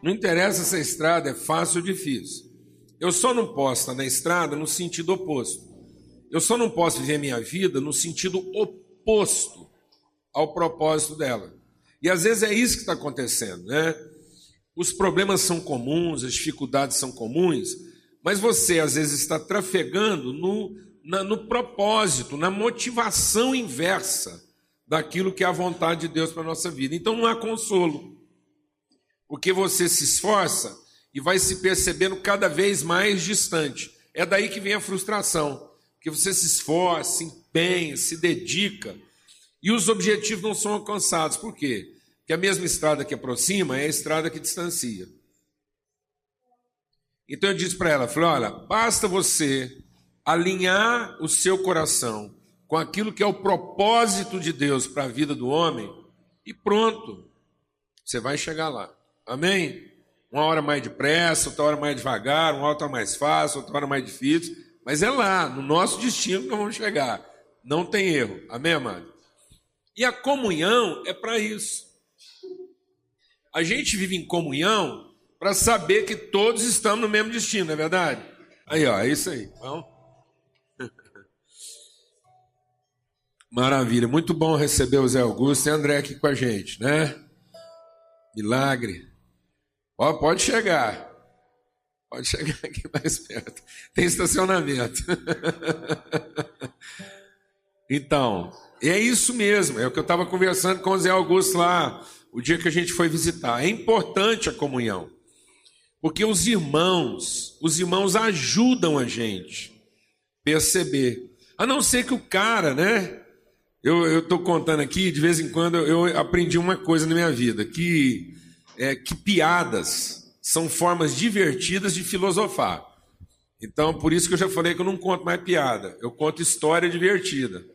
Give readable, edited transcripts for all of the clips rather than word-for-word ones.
Não interessa se a estrada é fácil ou difícil. Eu só não posso estar na estrada no sentido oposto. Eu só não posso viver a minha vida no sentido oposto ao propósito dela. E às vezes é isso que está acontecendo, né? Os problemas são comuns, as dificuldades são comuns, mas você às vezes está trafegando no propósito, na motivação inversa daquilo que é a vontade de Deus para a nossa vida. Então não há consolo, porque você se esforça e vai se percebendo cada vez mais distante. É daí que vem a frustração, porque você se esforça, se empenha, se dedica, e os objetivos não são alcançados. Por quê? Porque a mesma estrada que aproxima é a estrada que distancia. Então eu disse para ela, falei, olha, basta você alinhar o seu coração com aquilo que é o propósito de Deus para a vida do homem, e pronto, você vai chegar lá. Amém? Uma hora mais depressa, outra hora mais devagar, uma hora mais fácil, outra hora mais difícil, mas é lá, no nosso destino que nós vamos chegar. Não tem erro. Amém, amado? E a comunhão é para isso. A gente vive em comunhão para saber que todos estamos no mesmo destino, não é verdade? Aí, ó, é isso aí. Então, maravilha, muito bom receber o Zé Augusto e a André aqui com a gente, né? Milagre. Ó, pode chegar aqui mais perto. Tem estacionamento. Então, é isso mesmo, é o que eu estava conversando com o Zé Augusto lá, o dia que a gente foi visitar. É importante a comunhão, porque os irmãos ajudam a gente a perceber. A não ser que o cara, né? Eu estou contando aqui, de vez em quando eu aprendi uma coisa na minha vida, que piadas são formas divertidas de filosofar. Então, por isso que eu já falei que eu não conto mais piada, eu conto história divertida.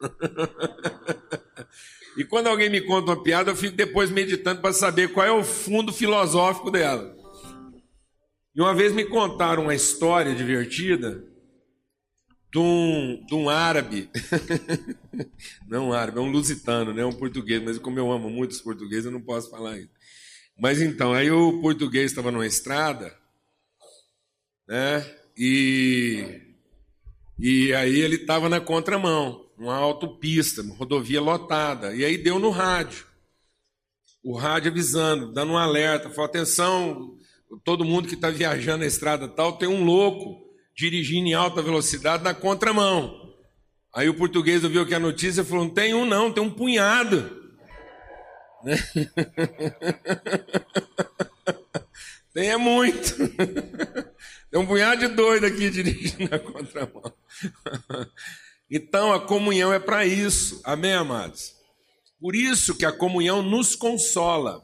E quando alguém me conta uma piada, eu fico depois meditando para saber qual é o fundo filosófico dela. E uma vez me contaram uma história divertida de um árabe, não um árabe, é um lusitano, né? Um português, mas como eu amo muito os portugueses, eu não posso falar isso. Mas então, aí o português estava numa estrada, né? E aí ele estava na contramão, numa autopista, uma rodovia lotada, e aí deu no rádio, o rádio avisando, dando um alerta, falou, atenção, todo mundo que está viajando na estrada tal, tem um louco dirigindo em alta velocidade na contramão. Aí o português ouviu aqui a notícia e falou, não tem um não, tem um punhado. Tem é muito. Tem um punhado de doido aqui dirigindo na contramão. Então a comunhão é para isso, amém, amados? Por isso que a comunhão nos consola.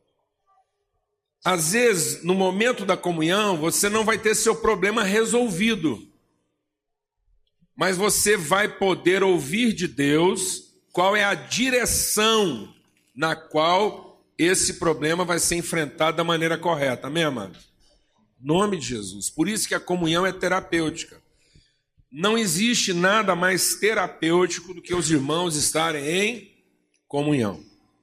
Às vezes, no momento da comunhão, você não vai ter seu problema resolvido, mas você vai poder ouvir de Deus qual é a direção na qual esse problema vai ser enfrentado da maneira correta, amém, amados? Em nome de Jesus. Por isso que a comunhão é terapêutica. Não existe nada mais terapêutico do que os irmãos estarem em comunhão.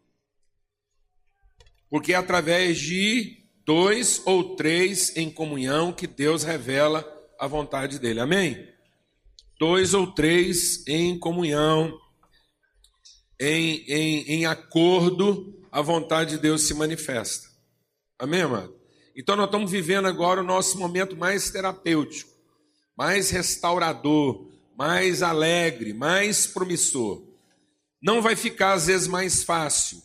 Porque é através de 2 ou 3 em comunhão que Deus revela a vontade dele. Amém? 2 ou 3 em comunhão, em acordo, a vontade de Deus se manifesta. Amém, amado? Então nós estamos vivendo agora o nosso momento mais terapêutico, mais restaurador, mais alegre, mais promissor. Não vai ficar às vezes mais fácil,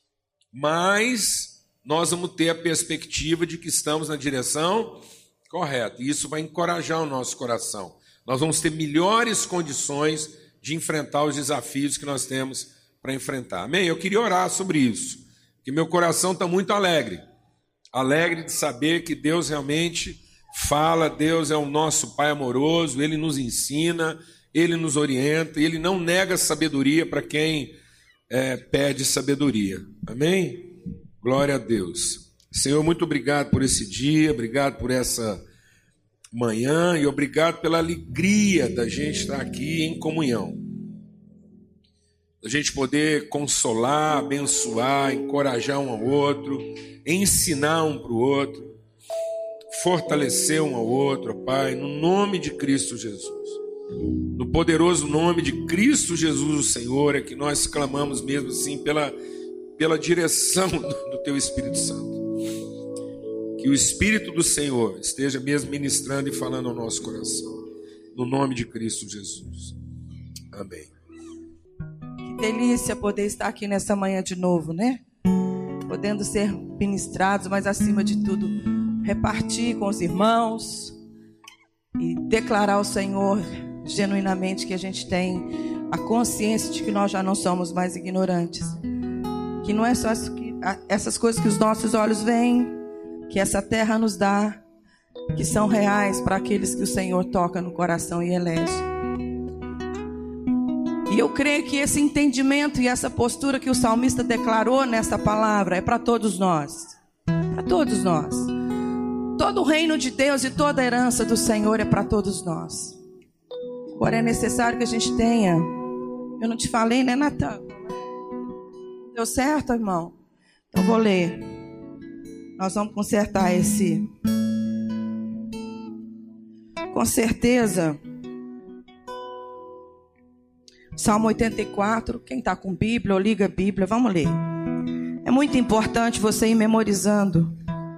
mas nós vamos ter a perspectiva de que estamos na direção correta. E isso vai encorajar o nosso coração. Nós vamos ter melhores condições de enfrentar os desafios que nós temos para enfrentar. Amém? Eu queria orar sobre isso, porque meu coração está muito alegre. Alegre de saber que Deus realmente fala, Deus é o nosso Pai amoroso, Ele nos ensina, Ele nos orienta, e Ele não nega sabedoria para quem pede sabedoria. Amém? Glória a Deus. Senhor, muito obrigado por esse dia, obrigado por essa manhã e obrigado pela alegria da gente estar aqui em comunhão. a gente poder consolar, abençoar, encorajar um ao outro, ensinar um para o outro, fortalecer um ao outro, Pai, no nome de Cristo Jesus. No poderoso nome de Cristo Jesus, o Senhor, é que nós clamamos mesmo assim pela direção do Teu Espírito Santo. Que o Espírito do Senhor esteja mesmo ministrando e falando ao nosso coração. No nome de Cristo Jesus. Amém. Que delícia poder estar aqui nessa manhã de novo, né? Podendo ser ministrados, mas acima de tudo, repartir com os irmãos e declarar ao Senhor genuinamente que a gente tem a consciência de que nós já não somos mais ignorantes. Que não é só essas coisas que os nossos olhos veem, que essa terra nos dá, que são reais para aqueles que o Senhor toca no coração e elege. E eu creio que esse entendimento e essa postura que o salmista declarou nessa palavra é para todos nós. Para todos nós. Todo o reino de Deus e toda a herança do Senhor é para todos nós. Agora é necessário que a gente tenha... Eu não te falei, né, Natan? Deu certo, irmão? Então vou ler. Nós vamos consertar esse... Com certeza... Salmo 84, quem está com Bíblia ou liga a Bíblia, vamos ler. É muito importante você ir memorizando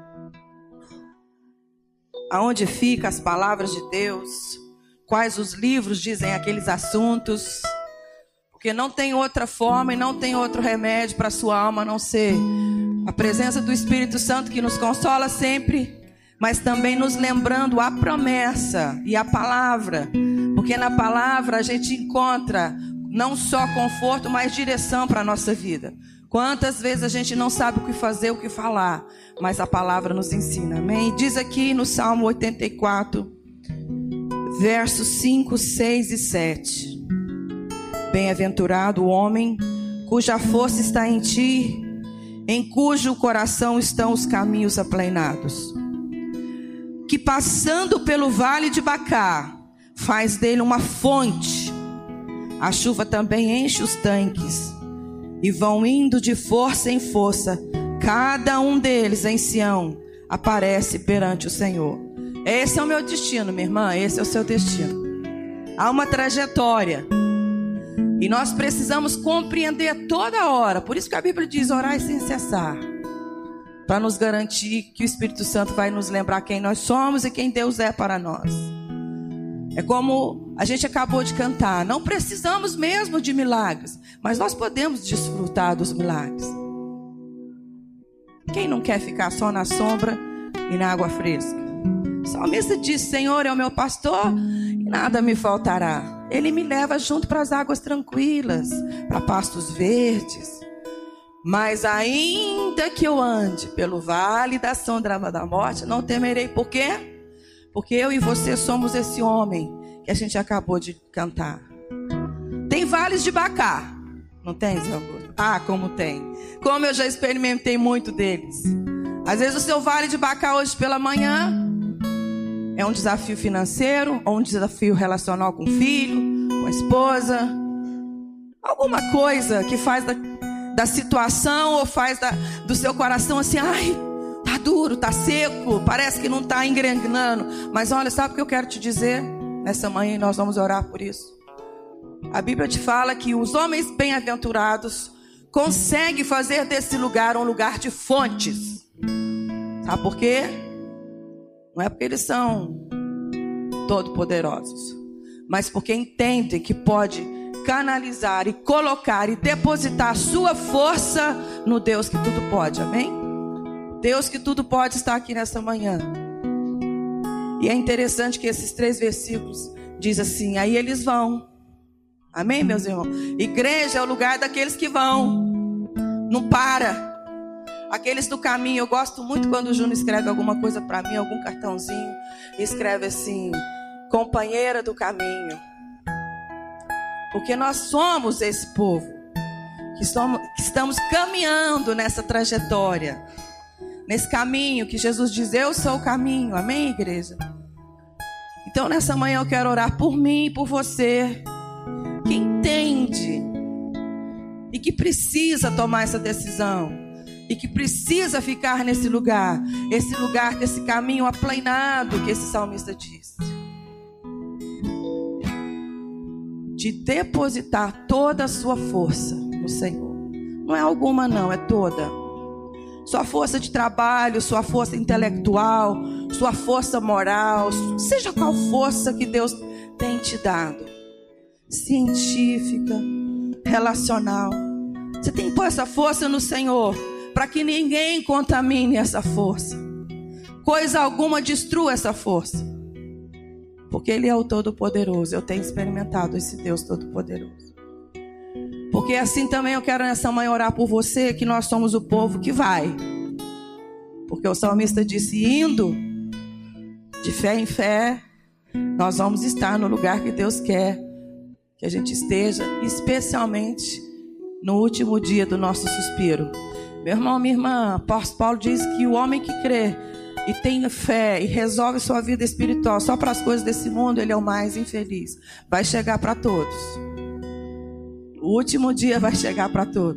aonde ficam as palavras de Deus, quais os livros dizem aqueles assuntos, porque não tem outra forma e não tem outro remédio para a sua alma a não ser a presença do Espírito Santo que nos consola sempre, mas também nos lembrando a promessa e a palavra, porque na palavra a gente encontra não só conforto, mas direção para a nossa vida. Quantas vezes a gente não sabe o que fazer, o que falar, mas a palavra nos ensina, amém? Diz aqui no Salmo 84, versos 5, 6 e 7. Bem-aventurado o homem cuja força está em ti, em cujo coração estão os caminhos aplainados, que passando pelo vale de Bacar, faz dele uma fonte. A chuva também enche os tanques, e vão indo de força em força. Cada um deles em Sião aparece perante o Senhor. Esse é o meu destino, minha irmã. Esse é o seu destino. Há uma trajetória, e nós precisamos compreender toda hora. Por isso que a Bíblia diz: orai sem cessar, para nos garantir que o Espírito Santo vai nos lembrar quem nós somos e quem Deus é para nós. É como a gente acabou de cantar. Não precisamos mesmo de milagres, mas nós podemos desfrutar dos milagres. Quem não quer ficar só na sombra e na água fresca? O salmista diz: Senhor é o meu pastor e nada me faltará. Ele me leva junto para as águas tranquilas, para pastos verdes. Mas ainda que eu ande pelo vale da sombra da morte, não temerei. Por quê? Porque eu e você somos esse homem que a gente acabou de cantar. Tem vales de Bacar, não tem, Zé Augusto? Ah, como tem. Como eu já experimentei muito deles. Às vezes o seu vale de Bacar hoje pela manhã é um desafio financeiro, ou um desafio relacional com o filho, com a esposa. Alguma coisa que faz da situação, ou faz do seu coração assim: ai, tá duro, tá seco, parece que não tá engrenando. Mas olha, sabe o que eu quero te dizer? Nessa manhã nós vamos orar por isso. A Bíblia te fala que os homens bem-aventurados conseguem fazer desse lugar um lugar de fontes. Sabe por quê? Não é porque eles são todo-poderosos, mas porque entendem que pode canalizar e colocar e depositar a sua força no Deus que tudo pode, amém? Deus que tudo pode está aqui nessa manhã. E é interessante que esses 3 versículos diz assim: aí eles vão. Amém, meus irmãos? Igreja é o lugar daqueles que vão. Não para. Aqueles do caminho. Eu gosto muito quando o Júnior escreve alguma coisa para mim, algum cartãozinho, e escreve assim: companheira do caminho. Porque nós somos esse povo que estamos caminhando nessa trajetória, nesse caminho que Jesus diz: eu sou o caminho. Amém, igreja? Então nessa manhã eu quero orar por mim e por você, que entende que precisa tomar essa decisão, e que precisa ficar nesse lugar, esse caminho aplanado que esse salmista diz, de depositar toda a sua força no Senhor. Não é alguma não, é toda. Sua força de trabalho, sua força intelectual, sua força moral, seja qual força que Deus tem te dado, científica, relacional, você tem que pôr essa força no Senhor, para que ninguém contamine essa força, coisa alguma destrua essa força, porque Ele é o Todo-Poderoso. Eu tenho experimentado esse Deus Todo-Poderoso. Porque assim também eu quero nessa manhã orar por você, que nós somos o povo que vai. Porque o salmista disse, indo de fé em fé, nós vamos estar no lugar que Deus quer que a gente esteja, especialmente no último dia do nosso suspiro. Meu irmão, minha irmã, apóstolo Paulo diz que o homem que crê e tem fé e resolve sua vida espiritual só para as coisas desse mundo, ele é o mais infeliz. Vai chegar para todos. O último dia vai chegar para todos.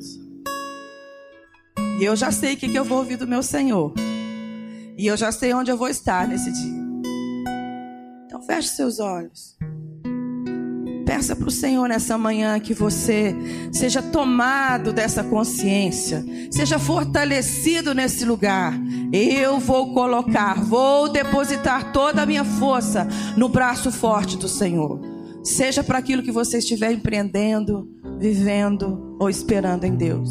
E eu já sei o que eu vou ouvir do meu Senhor. E eu já sei onde eu vou estar nesse dia. Então feche seus olhos. Peça para o Senhor nessa manhã que você seja tomado dessa consciência, seja fortalecido nesse lugar. Eu vou depositar toda a minha força no braço forte do Senhor. Seja para aquilo que você estiver empreendendo, vivendo ou esperando em Deus.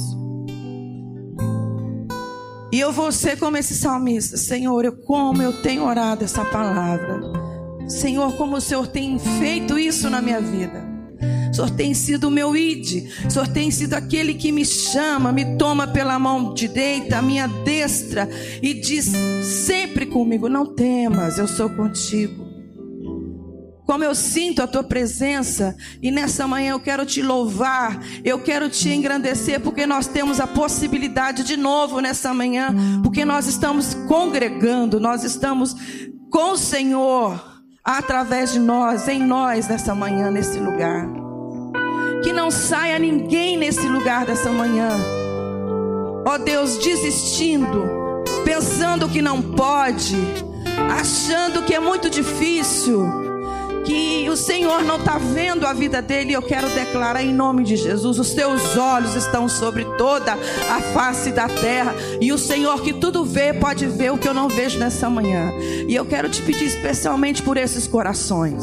E eu vou ser como esse salmista. Senhor, como eu tenho orado essa palavra. Senhor, como o Senhor tem feito isso na minha vida. O Senhor tem sido o meu ide. O Senhor tem sido aquele que me chama, me toma pela mão direita, a minha destra, e diz sempre comigo, não temas, eu sou contigo. Como eu sinto a tua presença, e nessa manhã eu quero te louvar, eu quero te engrandecer, porque nós temos a possibilidade de novo nessa manhã, porque nós estamos congregando, nós estamos com o Senhor, através de nós, em nós nessa manhã, nesse lugar. Que não saia ninguém nesse lugar dessa manhã, ó Deus, desistindo, pensando que não pode, achando que é muito difícil, que o Senhor não está vendo a vida dele. Eu quero declarar em nome de Jesus, os teus olhos estão sobre toda a face da terra, e o Senhor que tudo vê, pode ver o que eu não vejo nessa manhã. E eu quero te pedir especialmente por esses corações.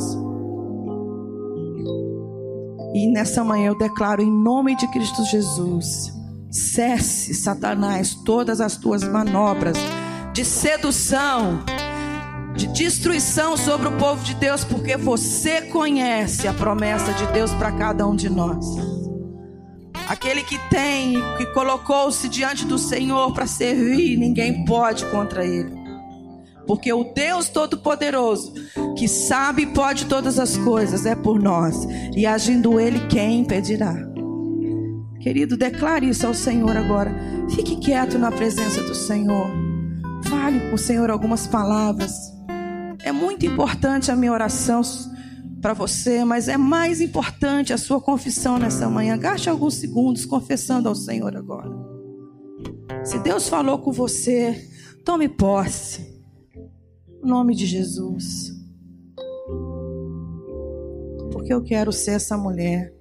E nessa manhã eu declaro em nome de Cristo Jesus, cesse, Satanás, todas as tuas manobras de sedução, de destruição sobre o povo de Deus, porque você conhece a promessa de Deus para cada um de nós. Aquele que colocou-se diante do Senhor para servir, ninguém pode contra ele, porque o Deus Todo-Poderoso, que sabe e pode todas as coisas, é por nós, e agindo ele, quem impedirá? Querido, declare isso ao Senhor agora. Fique quieto na presença do Senhor, fale com o Senhor algumas palavras. É muito importante a minha oração para você, mas é mais importante a sua confissão nessa manhã. Gaste alguns segundos confessando ao Senhor agora. Se Deus falou com você, tome posse. Em nome de Jesus. Porque eu quero ser essa mulher.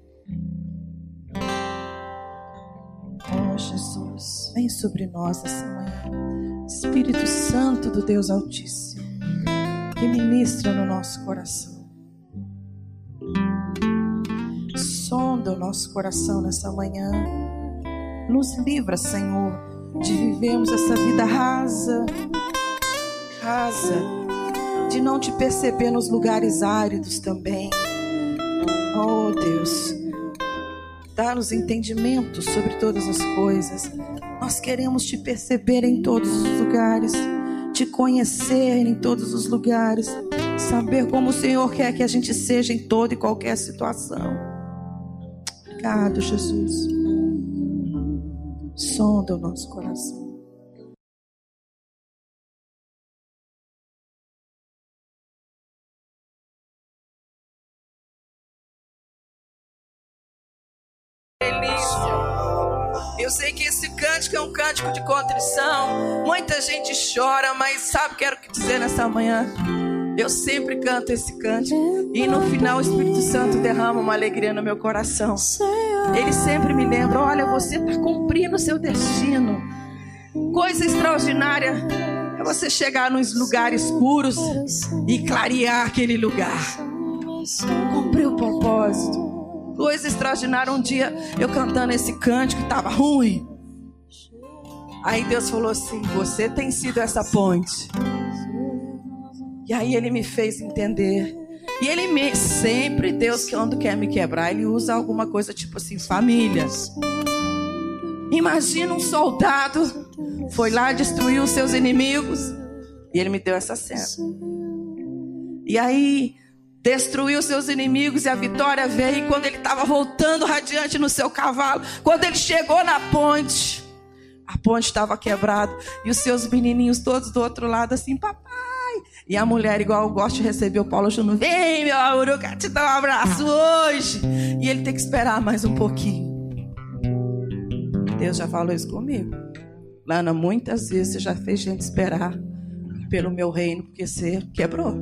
Oh Jesus, vem sobre nós essa manhã. Espírito Santo do Deus Altíssimo, que ministra no nosso coração. Sonda o nosso coração nessa manhã. Nos livra, Senhor, de vivermos essa vida rasa, de não te perceber nos lugares áridos também. Oh Deus, dá-nos entendimento sobre todas as coisas. Nós queremos te perceber em todos os lugares, te conhecer em todos os lugares, saber como o Senhor quer que a gente seja em toda e qualquer situação. Obrigado, Jesus. Sonda o nosso coração. Delícia. Eu sei que esse cântico é um cântico de contrição. Muita gente chora, mas sabe o que eu quero dizer nessa manhã? Eu sempre canto esse cântico e no final o Espírito Santo derrama uma alegria no meu coração. Ele sempre me lembra: olha, você está cumprindo o seu destino. Coisa extraordinária é você chegar nos lugares escuros e clarear aquele lugar. Cumprir o propósito. Coisa extraordinária. Um dia eu cantando esse cântico estava ruim. Aí Deus falou assim: você tem sido essa ponte. E aí ele me fez entender. E ele sempre, Deus, quando quer me quebrar, ele usa alguma coisa tipo assim, família. Imagina um soldado foi lá, destruiu os seus inimigos. E ele me deu essa cena. E aí destruiu os seus inimigos e a vitória veio. E quando ele estava voltando radiante no seu cavalo, quando ele chegou na ponte, a ponte estava quebrada. E os seus menininhos todos do outro lado assim: papai. E a mulher, igual eu gosto de receber o Paulo Júnior: vem, meu amor, eu quero te dar um abraço hoje. E ele tem que esperar mais um pouquinho. Deus já falou isso comigo: Lana, muitas vezes você já fez gente esperar pelo meu reino, porque você quebrou.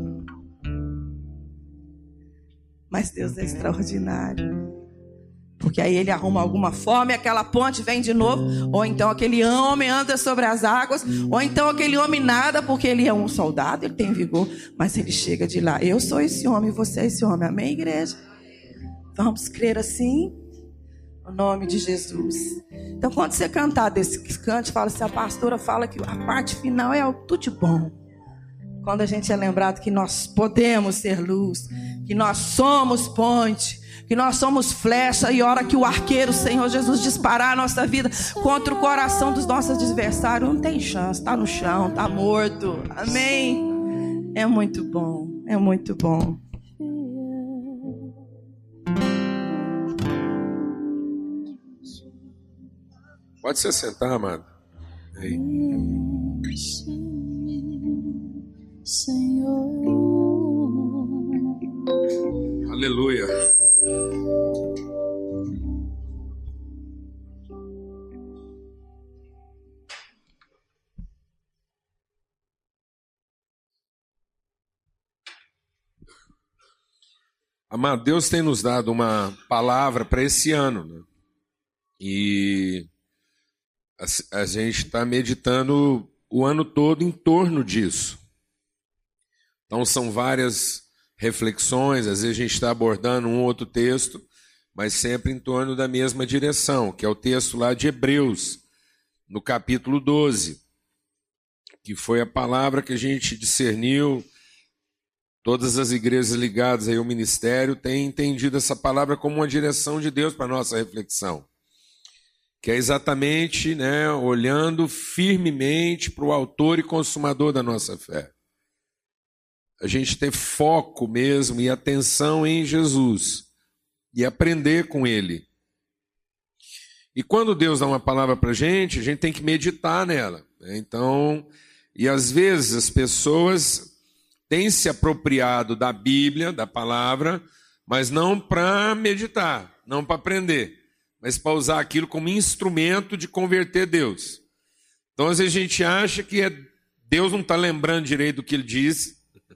Mas Deus é extraordinário. Porque aí ele arruma alguma forma e aquela ponte vem de novo. Ou então aquele homem anda sobre as águas. Ou então aquele homem nada, porque ele é um soldado, ele tem vigor. Mas ele chega de lá: eu sou esse homem, você é esse homem. Amém, igreja? Vamos crer assim? No nome de Jesus. Então quando você cantar desse cante, fala assim: a pastora fala que a parte final é tudo de bom. Quando a gente é lembrado que nós podemos ser luz, que nós somos ponte, que nós somos flecha, e a hora que o arqueiro, Senhor Jesus, disparar a nossa vida contra o coração dos nossos adversários, não tem chance, está no chão, está morto. Amém? É muito bom, é muito bom. Pode se sentar, amado. Aí. Senhor. Aleluia. Amado, Deus tem nos dado uma palavra para esse ano, né? E a gente está meditando o ano todo em torno disso. Então são várias reflexões, às vezes a gente está abordando um outro texto, mas sempre em torno da mesma direção, que é o texto lá de Hebreus, no capítulo 12, que foi a palavra que a gente discerniu. Todas as igrejas ligadas aí ao ministério têm entendido essa palavra como uma direção de Deus para a nossa reflexão, que é exatamente, né, olhando firmemente para o autor e consumador da nossa fé. A gente ter foco mesmo e atenção em Jesus e aprender com Ele. E quando Deus dá uma palavra para a gente tem que meditar nela, né? Então, e às vezes as pessoas têm se apropriado da Bíblia, da palavra, mas não para meditar, não para aprender, mas para usar aquilo como instrumento de converter Deus. Então, às vezes a gente acha que Deus não está lembrando direito do que Ele disse.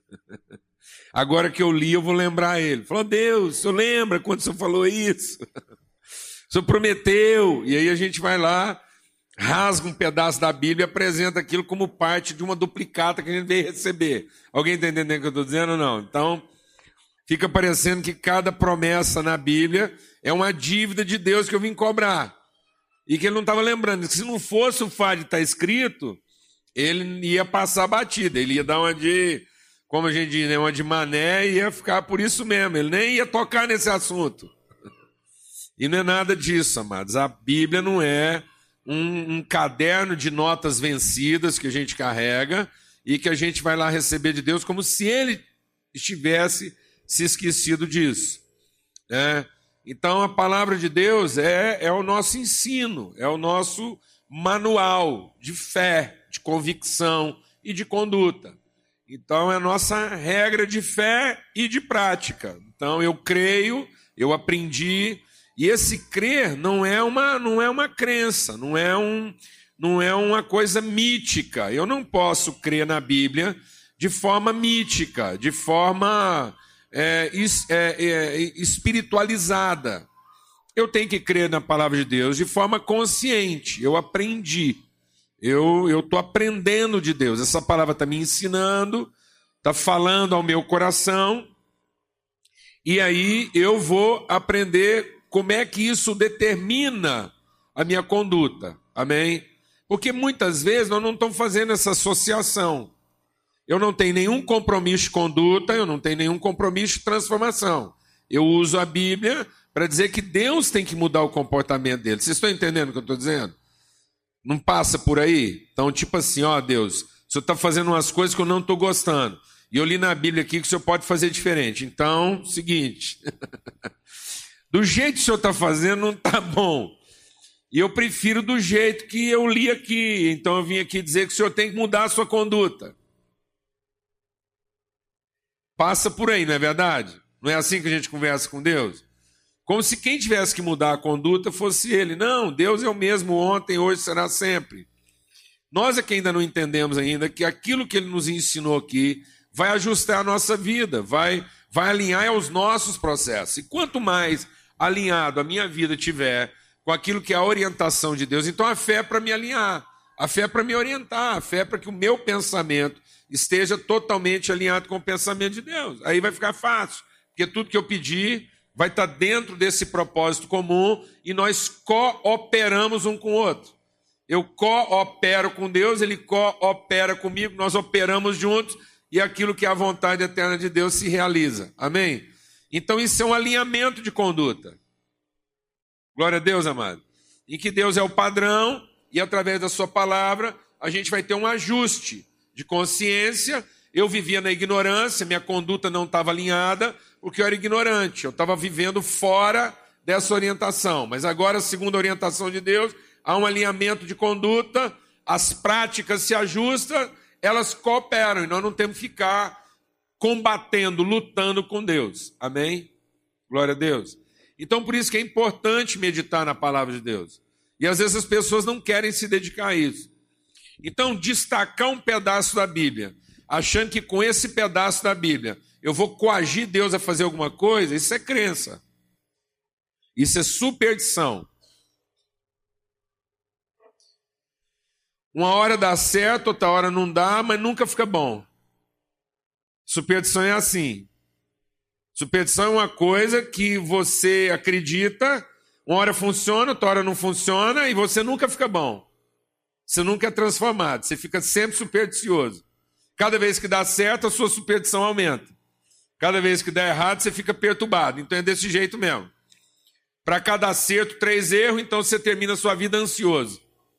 Agora que eu li, eu vou lembrar Ele. Falou: Deus, o senhor lembra quando o senhor falou isso? O senhor prometeu. E aí a gente vai lá, rasga um pedaço da Bíblia e apresenta aquilo como parte de uma duplicata que a gente veio receber. Alguém está entendendo o que eu estou dizendo ou não? Então, fica parecendo que cada promessa na Bíblia é uma dívida de Deus que eu vim cobrar. E que Ele não estava lembrando. Se não fosse o fato de estar escrito, Ele ia passar batida. Ele ia dar uma de, como a gente diz, né, uma de mané, e ia ficar por isso mesmo. Ele nem ia tocar nesse assunto. E não é nada disso, amados. A Bíblia não é um caderno de notas vencidas que a gente carrega e que a gente vai lá receber de Deus como se Ele estivesse se esquecido disso, né? Então a palavra de Deus é o nosso ensino, é o nosso manual de fé, de convicção e de conduta. Então é a nossa regra de fé e de prática. Então eu creio, eu aprendi, E esse crer não é uma crença, não é uma coisa mítica. Eu não posso crer na Bíblia de forma mítica, de forma espiritualizada. Eu tenho que crer na palavra de Deus de forma consciente. Eu aprendi. Eu estou aprendendo de Deus. Essa palavra está me ensinando, está falando ao meu coração. E aí eu vou aprender como é que isso determina a minha conduta. Amém? Porque muitas vezes nós não estamos fazendo essa associação. Eu não tenho nenhum compromisso de conduta, eu não tenho nenhum compromisso de transformação. Eu uso a Bíblia para dizer que Deus tem que mudar o comportamento dele. Vocês estão entendendo o que eu estou dizendo? Não passa por aí? Então, tipo assim, ó Deus, o Senhor está fazendo umas coisas que eu não estou gostando. E eu li na Bíblia aqui que o Senhor pode fazer diferente. Então, seguinte, do jeito que o Senhor está fazendo não está bom. E eu prefiro do jeito que eu li aqui. Então eu vim aqui dizer que o Senhor tem que mudar a sua conduta. Passa por aí, não é verdade? Não é assim que a gente conversa com Deus? Como se quem tivesse que mudar a conduta fosse Ele. Não, Deus é o mesmo ontem, hoje, será sempre. Nós é que ainda não entendemos ainda que aquilo que Ele nos ensinou aqui vai ajustar a nossa vida, vai alinhar aos nossos processos. E quanto mais alinhado a minha vida tiver com aquilo que é a orientação de Deus, então a fé é para me alinhar, a fé é para me orientar, a fé é para que o meu pensamento esteja totalmente alinhado com o pensamento de Deus. Aí vai ficar fácil, porque tudo que eu pedir vai estar dentro desse propósito comum e nós cooperamos um com o outro. Eu coopero com Deus, Ele coopera comigo, nós operamos juntos e aquilo que é a vontade eterna de Deus se realiza. Amém? Então isso é um alinhamento de conduta. Glória a Deus, amado. Em que Deus é o padrão e através da sua palavra a gente vai ter um ajuste de consciência. Eu vivia na ignorância, minha conduta não estava alinhada porque eu era ignorante. Eu estava vivendo fora dessa orientação. Mas agora, segundo a orientação de Deus, há um alinhamento de conduta, as práticas se ajustam, elas cooperam e nós não temos que ficar combatendo, lutando com Deus. Amém? Glória a Deus. Então, por isso que é importante meditar na palavra de Deus. E às vezes as pessoas não querem se dedicar a isso. Então, destacar um pedaço da Bíblia, achando que com esse pedaço da Bíblia eu vou coagir Deus a fazer alguma coisa, isso é crença. Isso é superstição. Uma hora dá certo, outra hora não dá, mas nunca fica bom. Superstição é assim. Superstição é uma coisa que você acredita, uma hora funciona, outra hora não funciona, e você nunca fica bom. Você nunca é transformado, você fica sempre supersticioso. Cada vez que dá certo, a sua superstição aumenta. Cada vez que dá errado, você fica perturbado. Então é desse jeito mesmo. Para cada acerto, 3 erros, então você termina a sua vida ansioso.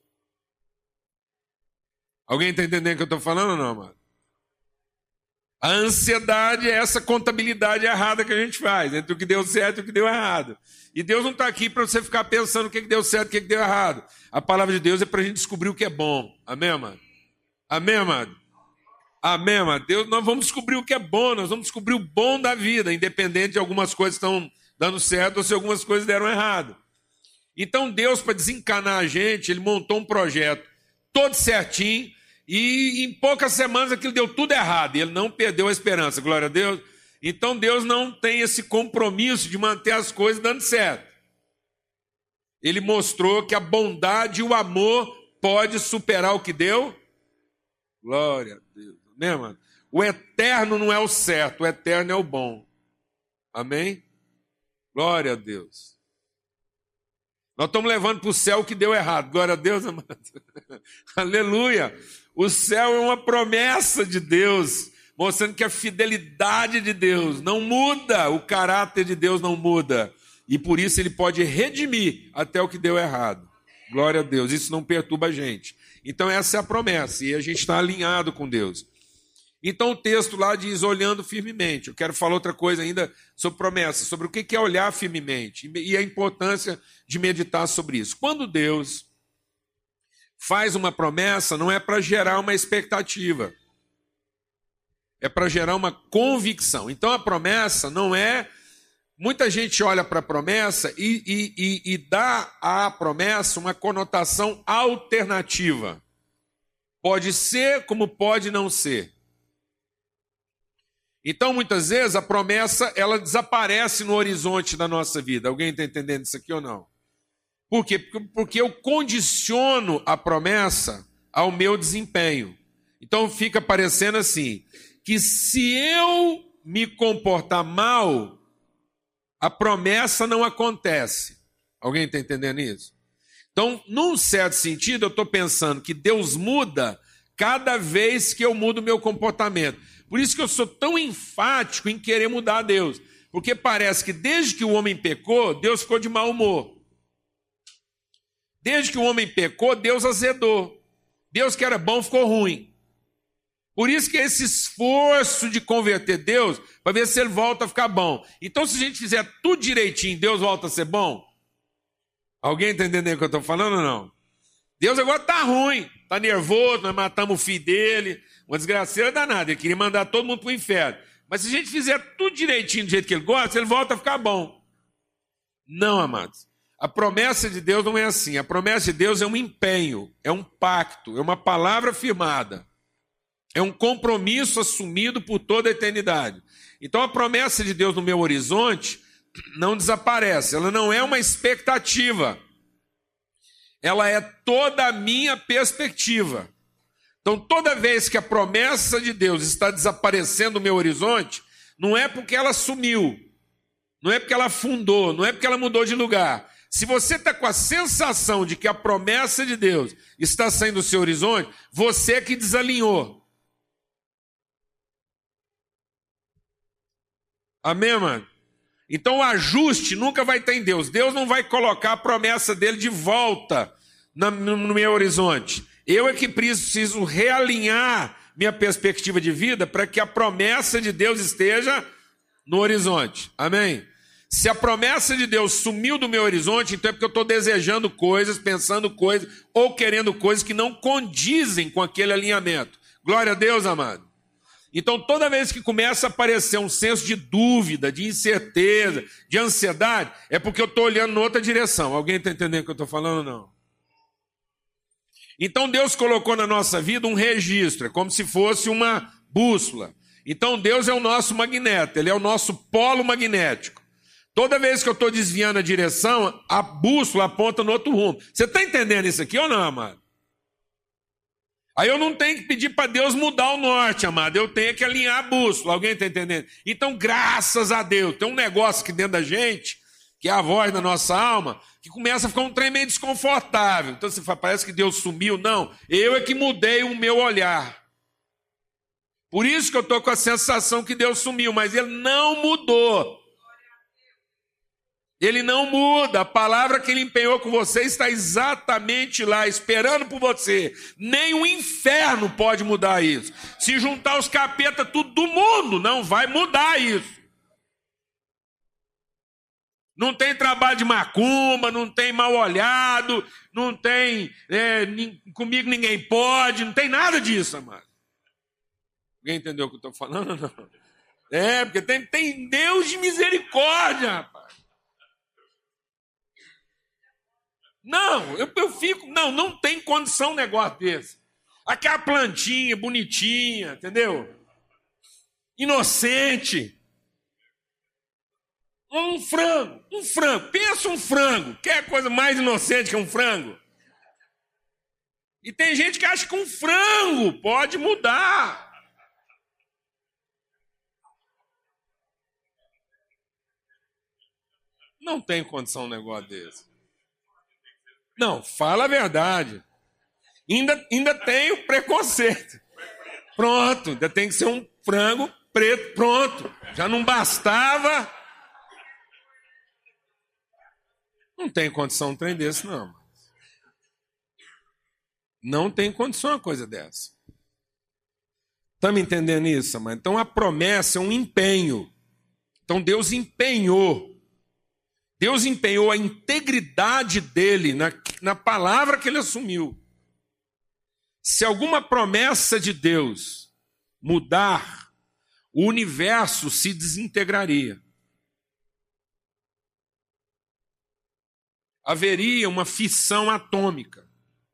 Alguém está entendendo o que eu estou falando ou não, amado? A ansiedade é essa contabilidade errada que a gente faz, entre o que deu certo e o que deu errado. E Deus não está aqui para você ficar pensando o que deu certo e o que deu errado. A palavra de Deus é para a gente descobrir o que é bom. Amém, amado? Amém, amado? Amém, amado? Deus, nós vamos descobrir o que é bom, nós vamos descobrir o bom da vida, independente de algumas coisas estão dando certo ou se algumas coisas deram errado. Então Deus, para desencanar a gente, Ele montou um projeto todo certinho, e em poucas semanas aquilo deu tudo errado, e Ele não perdeu a esperança, glória a Deus. Então Deus não tem esse compromisso de manter as coisas dando certo. Ele mostrou que a bondade e o amor pode superar o que deu. Glória a Deus. Amém, mano? O eterno não é o certo, o eterno é o bom. Amém? Glória a Deus. Nós estamos levando para o céu o que deu errado. Glória a Deus, amado. Aleluia. O céu é uma promessa de Deus, mostrando que a fidelidade de Deus não muda, o caráter de Deus não muda. E por isso Ele pode redimir até o que deu errado. Glória a Deus. Isso não perturba a gente. Então essa é a promessa. E a gente está alinhado com Deus. Então o texto lá diz, olhando firmemente. Eu quero falar outra coisa ainda sobre promessa, sobre o que é olhar firmemente e a importância de meditar sobre isso. Quando Deus faz uma promessa, não é para gerar uma expectativa, é para gerar uma convicção. Então a promessa não é Muita gente olha para a promessa e dá à promessa uma conotação alternativa. Pode ser como pode não ser. Então, muitas vezes, a promessa ela desaparece no horizonte da nossa vida. Alguém está entendendo isso aqui ou não? Por quê? Porque eu condiciono a promessa ao meu desempenho. Então, fica parecendo assim, que se eu me comportar mal, a promessa não acontece. Alguém está entendendo isso? Então, num certo sentido, eu estou pensando que Deus muda cada vez que eu mudo o meu comportamento. Por isso que eu sou tão enfático em querer mudar a Deus. Porque parece que desde que o homem pecou, Deus ficou de mau humor. Desde que o homem pecou, Deus azedou. Deus que era bom ficou ruim. Por isso que esse esforço de converter Deus, para ver se ele volta a ficar bom. Então, se a gente fizer tudo direitinho, Deus volta a ser bom? Alguém está entendendo o que eu estou falando ou não? Deus agora está ruim, está nervoso, nós matamos o filho dele, uma desgraceira danada, ele queria mandar todo mundo para o inferno. Mas se a gente fizer tudo direitinho do jeito que ele gosta, ele volta a ficar bom. Não, amados. A promessa de Deus não é assim. A promessa de Deus é um empenho, é um pacto, é uma palavra firmada. É um compromisso assumido por toda a eternidade. Então a promessa de Deus no meu horizonte não desaparece. Ela não é uma expectativa. Ela é toda a minha perspectiva. Então toda vez que a promessa de Deus está desaparecendo do meu horizonte, não é porque ela sumiu, não é porque ela afundou, não é porque ela mudou de lugar. Se você está com a sensação de que a promessa de Deus está saindo do seu horizonte, você é que desalinhou. Amém, mano? Então o ajuste nunca vai estar em Deus. Deus não vai colocar a promessa dele de volta no meu horizonte. Eu é que preciso realinhar minha perspectiva de vida para que a promessa de Deus esteja no horizonte. Amém? Se a promessa de Deus sumiu do meu horizonte, então é porque eu estou desejando coisas, pensando coisas ou querendo coisas que não condizem com aquele alinhamento. Glória a Deus, amado. Então, toda vez que começa a aparecer um senso de dúvida, de incerteza, de ansiedade, é porque eu estou olhando em outra direção. Alguém está entendendo o que eu estou falando ou não? Então, Deus colocou na nossa vida um registro, é como se fosse uma bússola. Então, Deus é o nosso magneto, Ele é o nosso polo magnético. Toda vez que eu estou desviando a direção, a bússola aponta no outro rumo. Você está entendendo isso aqui ou não, amado? Aí eu não tenho que pedir para Deus mudar o norte, amado. Eu tenho que alinhar a bússola. Alguém está entendendo? Então, graças a Deus, tem um negócio aqui dentro da gente, que é a voz da nossa alma, que começa a ficar um trem meio desconfortável. Então você fala, parece que Deus sumiu. Não, eu é que mudei o meu olhar. Por isso que eu estou com a sensação que Deus sumiu, mas Ele não mudou. Ele não muda, a palavra que Ele empenhou com você está exatamente lá, esperando por você. Nem o inferno pode mudar isso. Se juntar os capetas tudo do mundo, não vai mudar isso. Não tem trabalho de macumba, não tem mal olhado, não tem comigo ninguém pode, não tem nada disso, amado. Alguém entendeu o que eu estou falando? Não. Porque tem Deus de misericórdia, rapaz. Não, eu fico... Não tem condição um negócio desse. Aquela plantinha bonitinha, entendeu? Inocente. Um frango. Pensa um frango. Quer coisa mais inocente que um frango? E tem gente que acha que um frango pode mudar. Não tem condição um negócio desse. Não, fala a verdade. Ainda tem o preconceito. Pronto, ainda tem que ser um frango preto, pronto. Já não bastava. Não tem condição um trem desse, não. Não tem condição uma coisa dessa. Estamos entendendo isso, mãe? Então a promessa é um empenho. Então Deus empenhou. Deus empenhou a integridade dele na palavra que ele assumiu. Se alguma promessa de Deus mudar, o universo se desintegraria. haveria uma fissão atômica.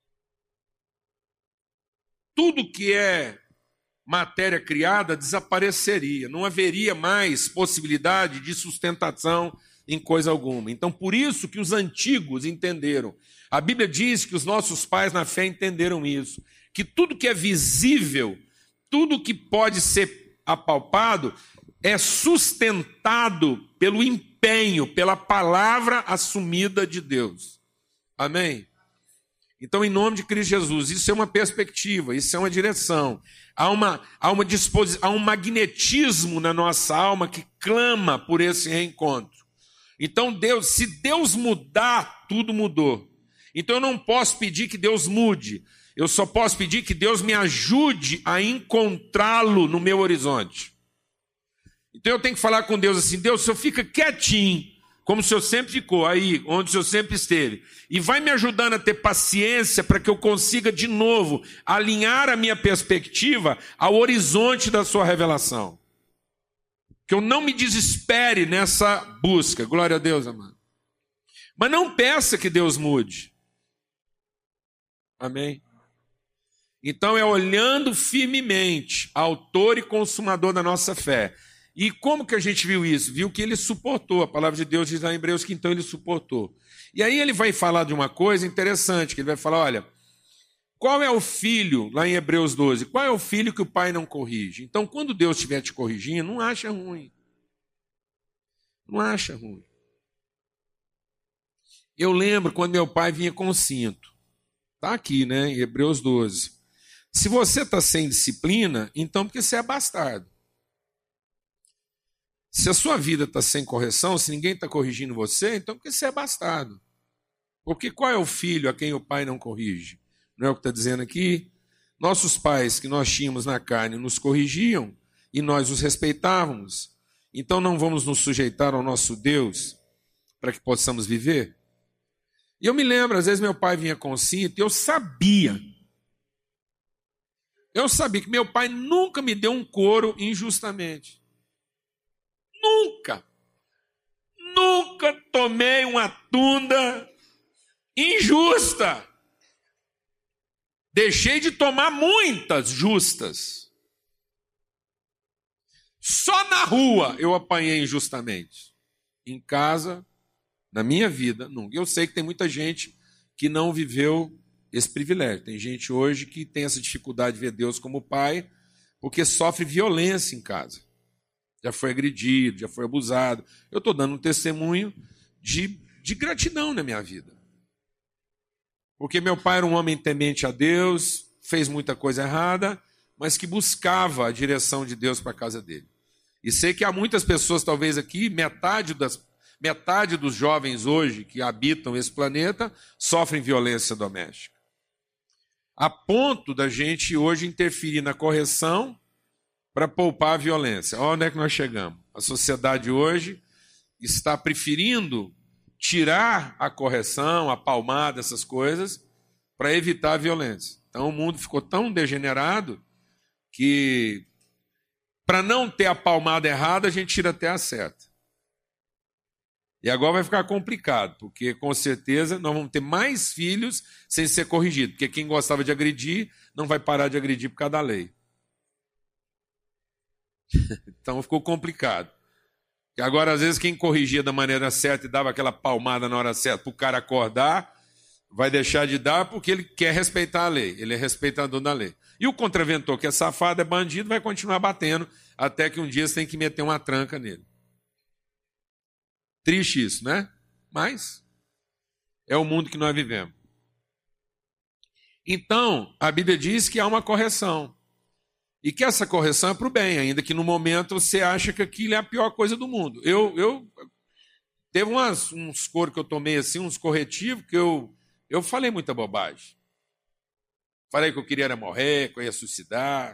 Tudo que é matéria criada desapareceria, não haveria mais possibilidade de sustentação em coisa alguma. Então, por isso que os antigos entenderam. A Bíblia diz que os nossos pais na fé entenderam isso, que tudo que é visível, tudo que pode ser apalpado, é sustentado pelo empenho, pela palavra assumida de Deus. Amém? Então, em nome de Cristo Jesus, isso é uma perspectiva, isso é uma direção. Há uma disposição, há um magnetismo na nossa alma que clama por esse reencontro. Então, se Deus mudar, tudo mudou. Então, eu não posso pedir que Deus mude. Eu só posso pedir que Deus me ajude a encontrá-lo no meu horizonte. Então, eu tenho que falar com Deus assim: Deus, o Senhor fica quietinho, como o Senhor sempre ficou, aí onde o Senhor sempre esteve. E vai me ajudando a ter paciência para que eu consiga, de novo, alinhar a minha perspectiva ao horizonte da sua revelação. Que eu não me desespere nessa busca. Glória a Deus, amado. Mas não peça que Deus mude. Amém? Então é olhando firmemente, autor e consumador da nossa fé. E como que a gente viu isso? Viu que ele suportou. A palavra de Deus diz lá em Hebreus que então ele suportou. E aí ele vai falar de uma coisa interessante, que ele vai falar, olha, qual é o filho, lá em Hebreus 12, qual é o filho que o pai não corrige? Então, quando Deus estiver te corrigindo, não acha ruim. Não acha ruim. Eu lembro quando meu pai vinha com o cinto. Está aqui, né, em Hebreus 12. Se você está sem disciplina, então porque você é bastardo. Se a sua vida está sem correção, se ninguém está corrigindo você, então porque você é bastardo. Porque qual é o filho a quem o pai não corrige? Não é o que está dizendo aqui? Nossos pais que nós tínhamos na carne nos corrigiam e nós os respeitávamos. Então não vamos nos sujeitar ao nosso Deus para que possamos viver? E eu me lembro, às vezes meu pai vinha com cinto e eu sabia que meu pai nunca me deu um couro injustamente. Nunca tomei uma tunda injusta. Deixei de tomar muitas justas. Só na rua eu apanhei injustamente. Em casa, na minha vida, nunca. Eu sei que tem muita gente que não viveu esse privilégio. Tem gente hoje que tem essa dificuldade de ver Deus como pai, porque sofre violência em casa. Já foi agredido, já foi abusado. Eu estou dando um testemunho de gratidão na minha vida. Porque meu pai era um homem temente a Deus, fez muita coisa errada, mas que buscava a direção de Deus para a casa dele. E sei que há muitas pessoas, talvez aqui, metade dos jovens hoje que habitam esse planeta sofrem violência doméstica. A ponto da gente hoje interferir na correção para poupar a violência. Olha onde é que nós chegamos. A sociedade hoje está preferindo tirar a correção, a palmada, essas coisas, para evitar a violência. Então o mundo ficou tão degenerado que, para não ter a palmada errada, a gente tira até a certa. E agora vai ficar complicado, porque com certeza nós vamos ter mais filhos sem ser corrigido, porque quem gostava de agredir não vai parar de agredir por causa da lei. Então ficou complicado. E agora, às vezes, quem corrigia da maneira certa e dava aquela palmada na hora certa para o cara acordar, vai deixar de dar porque ele quer respeitar a lei, ele é respeitador da lei. E o contraventor, que é safado, é bandido, vai continuar batendo até que um dia você tem que meter uma tranca nele. Triste isso, né? Mas é o mundo que nós vivemos. Então, a Bíblia diz que há uma correção. E que essa correção é para o bem, ainda que no momento você acha que aquilo é a pior coisa do mundo. Teve uns coros que eu tomei assim, uns corretivos, que eu falei muita bobagem. Falei que eu queria era morrer, que eu ia suicidar.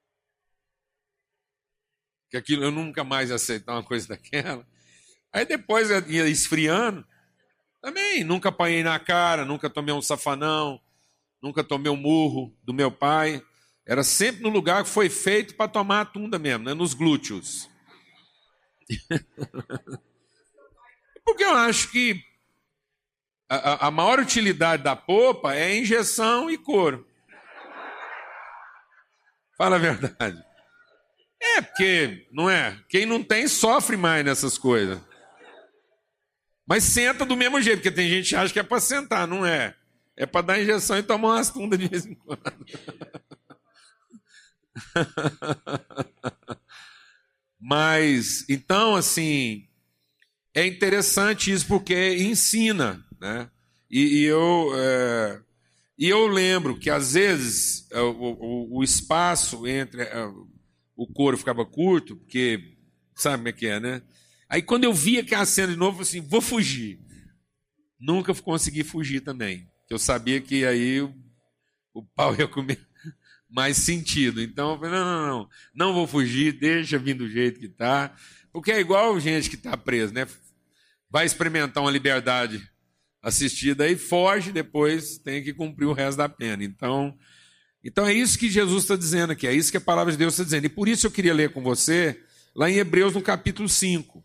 Que aquilo eu nunca mais ia aceitar uma coisa daquela. Aí depois eu ia esfriando. Também nunca apanhei na cara, nunca tomei um safanão, nunca tomei um murro do meu pai. Era sempre no lugar que foi feito para tomar a tunda mesmo, né? Nos glúteos. Porque eu acho que a maior utilidade da polpa é injeção e couro. Fala a verdade. Porque, não é? Quem não tem sofre mais nessas coisas. Mas senta do mesmo jeito, porque tem gente que acha que é para sentar, não é. É para dar injeção e tomar umas tundas de vez em quando. Mas, então, assim, é interessante isso porque ensina, né? E eu lembro que, às vezes, o espaço entre o couro ficava curto, porque sabe como é que é, né? Aí, quando eu via aquela cena de novo, eu falei assim, vou fugir. Nunca consegui fugir também. Eu sabia que aí o pau ia comer mais sentido. Então, eu falei, não vou fugir, deixa vir do jeito que está. Porque é igual gente que está presa, né? Vai experimentar uma liberdade assistida e foge, depois tem que cumprir o resto da pena. Então é isso que Jesus está dizendo aqui, é isso que a palavra de Deus está dizendo. E por isso eu queria ler com você, lá em Hebreus, no capítulo 5.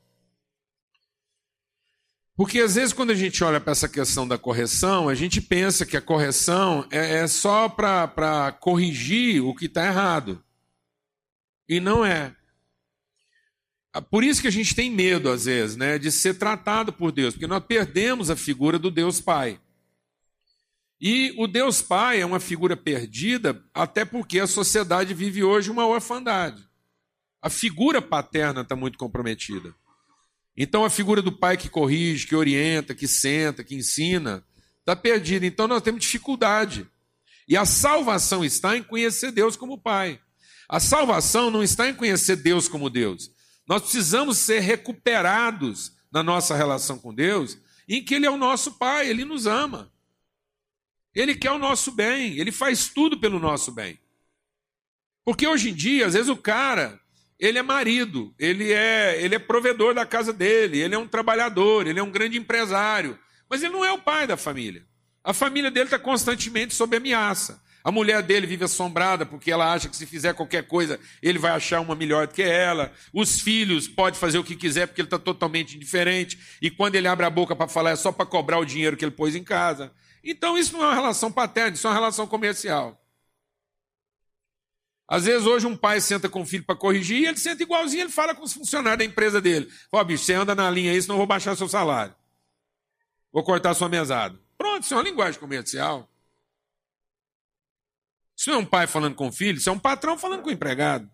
Porque às vezes quando a gente olha para essa questão da correção, a gente pensa que a correção é só para corrigir o que está errado. E não é. Por isso que a gente tem medo, às vezes, né, de ser tratado por Deus, porque nós perdemos a figura do Deus Pai. E o Deus Pai é uma figura perdida, até porque a sociedade vive hoje uma orfandade. A figura paterna está muito comprometida. Então a figura do pai que corrige, que orienta, que senta, que ensina, está perdida. Então nós temos dificuldade. E a salvação está em conhecer Deus como Pai. A salvação não está em conhecer Deus como Deus. Nós precisamos ser recuperados na nossa relação com Deus, em que Ele é o nosso Pai, Ele nos ama. Ele quer o nosso bem, Ele faz tudo pelo nosso bem. Porque hoje em dia, às vezes o cara, ele é marido, ele é provedor da casa dele, ele é um trabalhador, ele é um grande empresário, mas ele não é o pai da família. A família dele está constantemente sob ameaça. A mulher dele vive assombrada porque ela acha que se fizer qualquer coisa, ele vai achar uma melhor do que ela. Os filhos podem fazer o que quiser porque ele está totalmente indiferente. E quando ele abre a boca para falar, é só para cobrar o dinheiro que ele pôs em casa. Então isso não é uma relação paterna, isso é uma relação comercial. Às vezes hoje um pai senta com o filho para corrigir e ele senta igualzinho, ele fala com os funcionários da empresa dele. Fala, bicho, você anda na linha aí, senão eu vou baixar seu salário. Vou cortar sua mesada. Pronto, isso é uma linguagem comercial. Isso não é um pai falando com o filho, isso é um patrão falando com o empregado.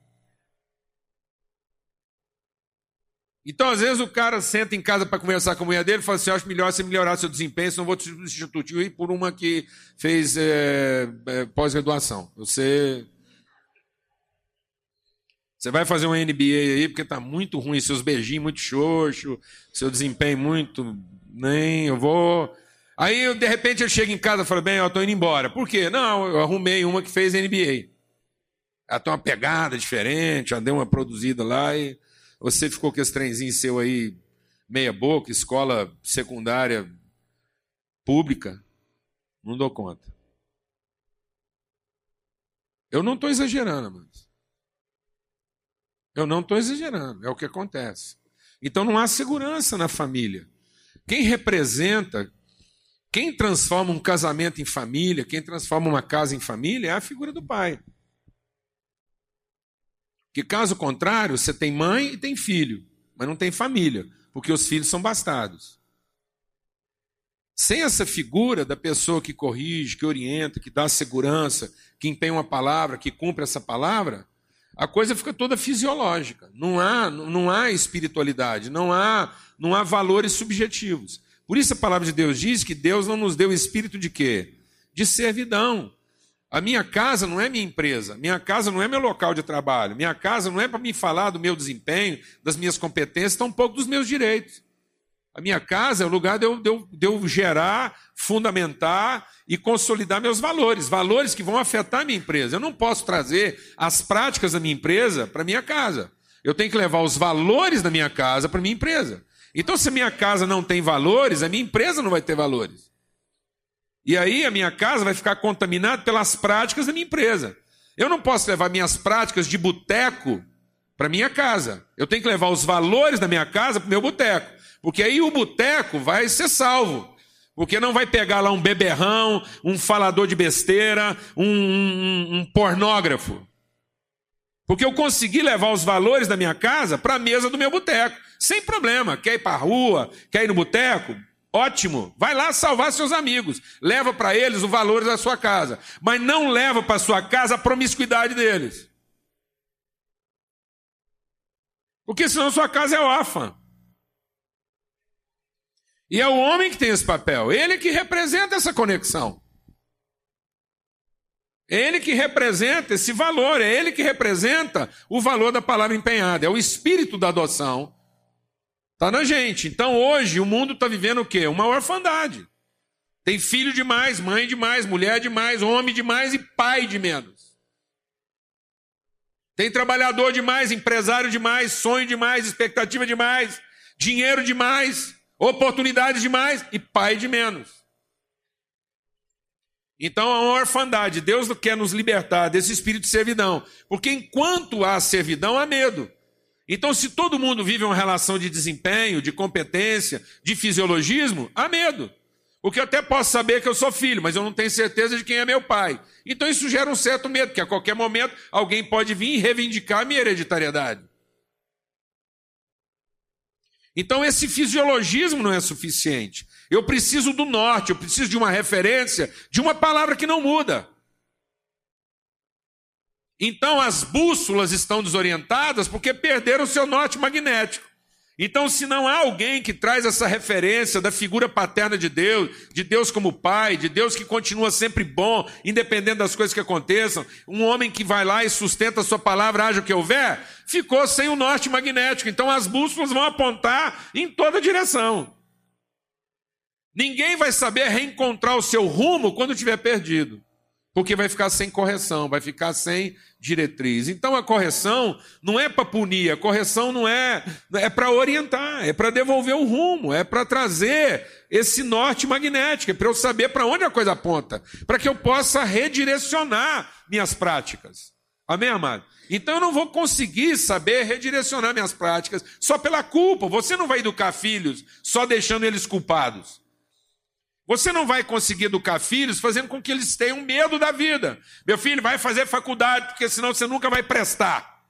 Então, às vezes, o cara senta em casa para conversar com a mulher dele e fala assim, eu acho melhor você melhorar seu desempenho, senão eu vou te substituir por uma que fez pós-graduação. Você vai fazer um MBA aí, porque está muito ruim, seus beijinhos muito xoxo, seu desempenho muito... Nem, eu vou... Aí, de repente, ele chega em casa e fala, bem, eu estou indo embora. Por quê? Não, eu arrumei uma que fez MBA. Ela tem uma pegada diferente, já deu uma produzida lá e você ficou com esse trenzinho seu aí, meia boca, escola secundária pública. Não dou conta. Eu não estou exagerando, mas... Eu não estou exagerando, é o que acontece. Então não há segurança na família. Quem representa, quem transforma um casamento em família, quem transforma uma casa em família é a figura do pai. Porque caso contrário, você tem mãe e tem filho, mas não tem família, porque os filhos são bastardos. Sem essa figura da pessoa que corrige, que orienta, que dá segurança, que empenha uma palavra, que cumpre essa palavra, a coisa fica toda fisiológica. Não há espiritualidade, não há valores subjetivos. Por isso a palavra de Deus diz que Deus não nos deu espírito de quê? De servidão. A minha casa não é minha empresa, minha casa não é meu local de trabalho, minha casa não é para me falar do meu desempenho, das minhas competências, tampouco dos meus direitos. A minha casa é o lugar de eu gerar, fundamentar e consolidar meus valores, valores que vão afetar a minha empresa. Eu não posso trazer as práticas da minha empresa para a minha casa. Eu tenho que levar os valores da minha casa para a minha empresa. Então, se a minha casa não tem valores, a minha empresa não vai ter valores. E aí a minha casa vai ficar contaminada pelas práticas da minha empresa. Eu não posso levar minhas práticas de boteco para a minha casa. Eu tenho que levar os valores da minha casa para o meu boteco. Porque aí o boteco vai ser salvo. Porque não vai pegar lá um beberrão, um falador de besteira, um pornógrafo. Porque eu consegui levar os valores da minha casa para a mesa do meu boteco, sem problema. Quer ir para a rua, quer ir no boteco? Ótimo, vai lá salvar seus amigos. Leva para eles os valores da sua casa. Mas não leva para sua casa a promiscuidade deles. Porque senão sua casa é órfã. E é o homem que tem esse papel. Ele que representa essa conexão. Ele que representa esse valor. É ele que representa o valor da palavra empenhada. É o espírito da adoção. Está na gente. Então hoje o mundo está vivendo o quê? Uma orfandade. Tem filho demais, mãe demais, mulher demais, homem demais e pai de menos. Tem trabalhador demais, empresário demais, sonho demais, expectativa demais, dinheiro demais, oportunidades demais e pai de menos. Então é uma orfandade. Deus quer nos libertar desse espírito de servidão. Porque enquanto há servidão, há medo. Então, se todo mundo vive uma relação de desempenho, de competência, de fisiologismo, há medo. Porque eu até posso saber que eu sou filho, mas eu não tenho certeza de quem é meu pai. Então isso gera um certo medo, que a qualquer momento alguém pode vir e reivindicar a minha hereditariedade. Então esse fisiologismo não é suficiente. Eu preciso do norte, eu preciso de uma referência, de uma palavra que não muda. Então as bússolas estão desorientadas porque perderam o seu norte magnético. Então, se não há alguém que traz essa referência da figura paterna de Deus como pai, de Deus que continua sempre bom, independente das coisas que aconteçam, um homem que vai lá e sustenta a sua palavra, haja o que houver, ficou sem o norte magnético. Então as bússolas vão apontar em toda direção. Ninguém vai saber reencontrar o seu rumo quando estiver perdido. Porque vai ficar sem correção, vai ficar sem diretriz. Então a correção não é para punir, a correção não é para orientar, é para devolver o rumo, é para trazer esse norte magnético, é para eu saber para onde a coisa aponta, para que eu possa redirecionar minhas práticas. Amém, amado? Então eu não vou conseguir saber redirecionar minhas práticas só pela culpa. Você não vai educar filhos só deixando eles culpados. Você não vai conseguir educar filhos fazendo com que eles tenham medo da vida. Meu filho vai fazer faculdade, porque senão você nunca vai prestar.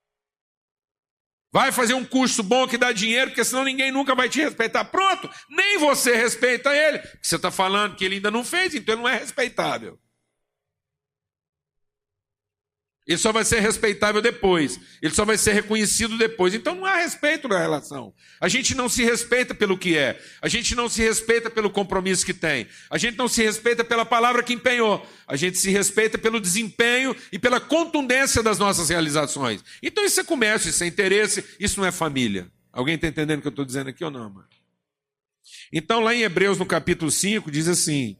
Vai fazer um curso bom que dá dinheiro, porque senão ninguém nunca vai te respeitar. Pronto, nem você respeita ele. Você está falando que ele ainda não fez, então ele não é respeitável. Ele só vai ser respeitável depois. Ele só vai ser reconhecido depois. Então não há respeito na relação. A gente não se respeita pelo que é. A gente não se respeita pelo compromisso que tem. A gente não se respeita pela palavra que empenhou. A gente se respeita pelo desempenho e pela contundência das nossas realizações. Então isso é comércio, isso é interesse, isso não é família. Alguém está entendendo o que eu estou dizendo aqui ou não, mano? Então lá em Hebreus, no capítulo 5, diz assim: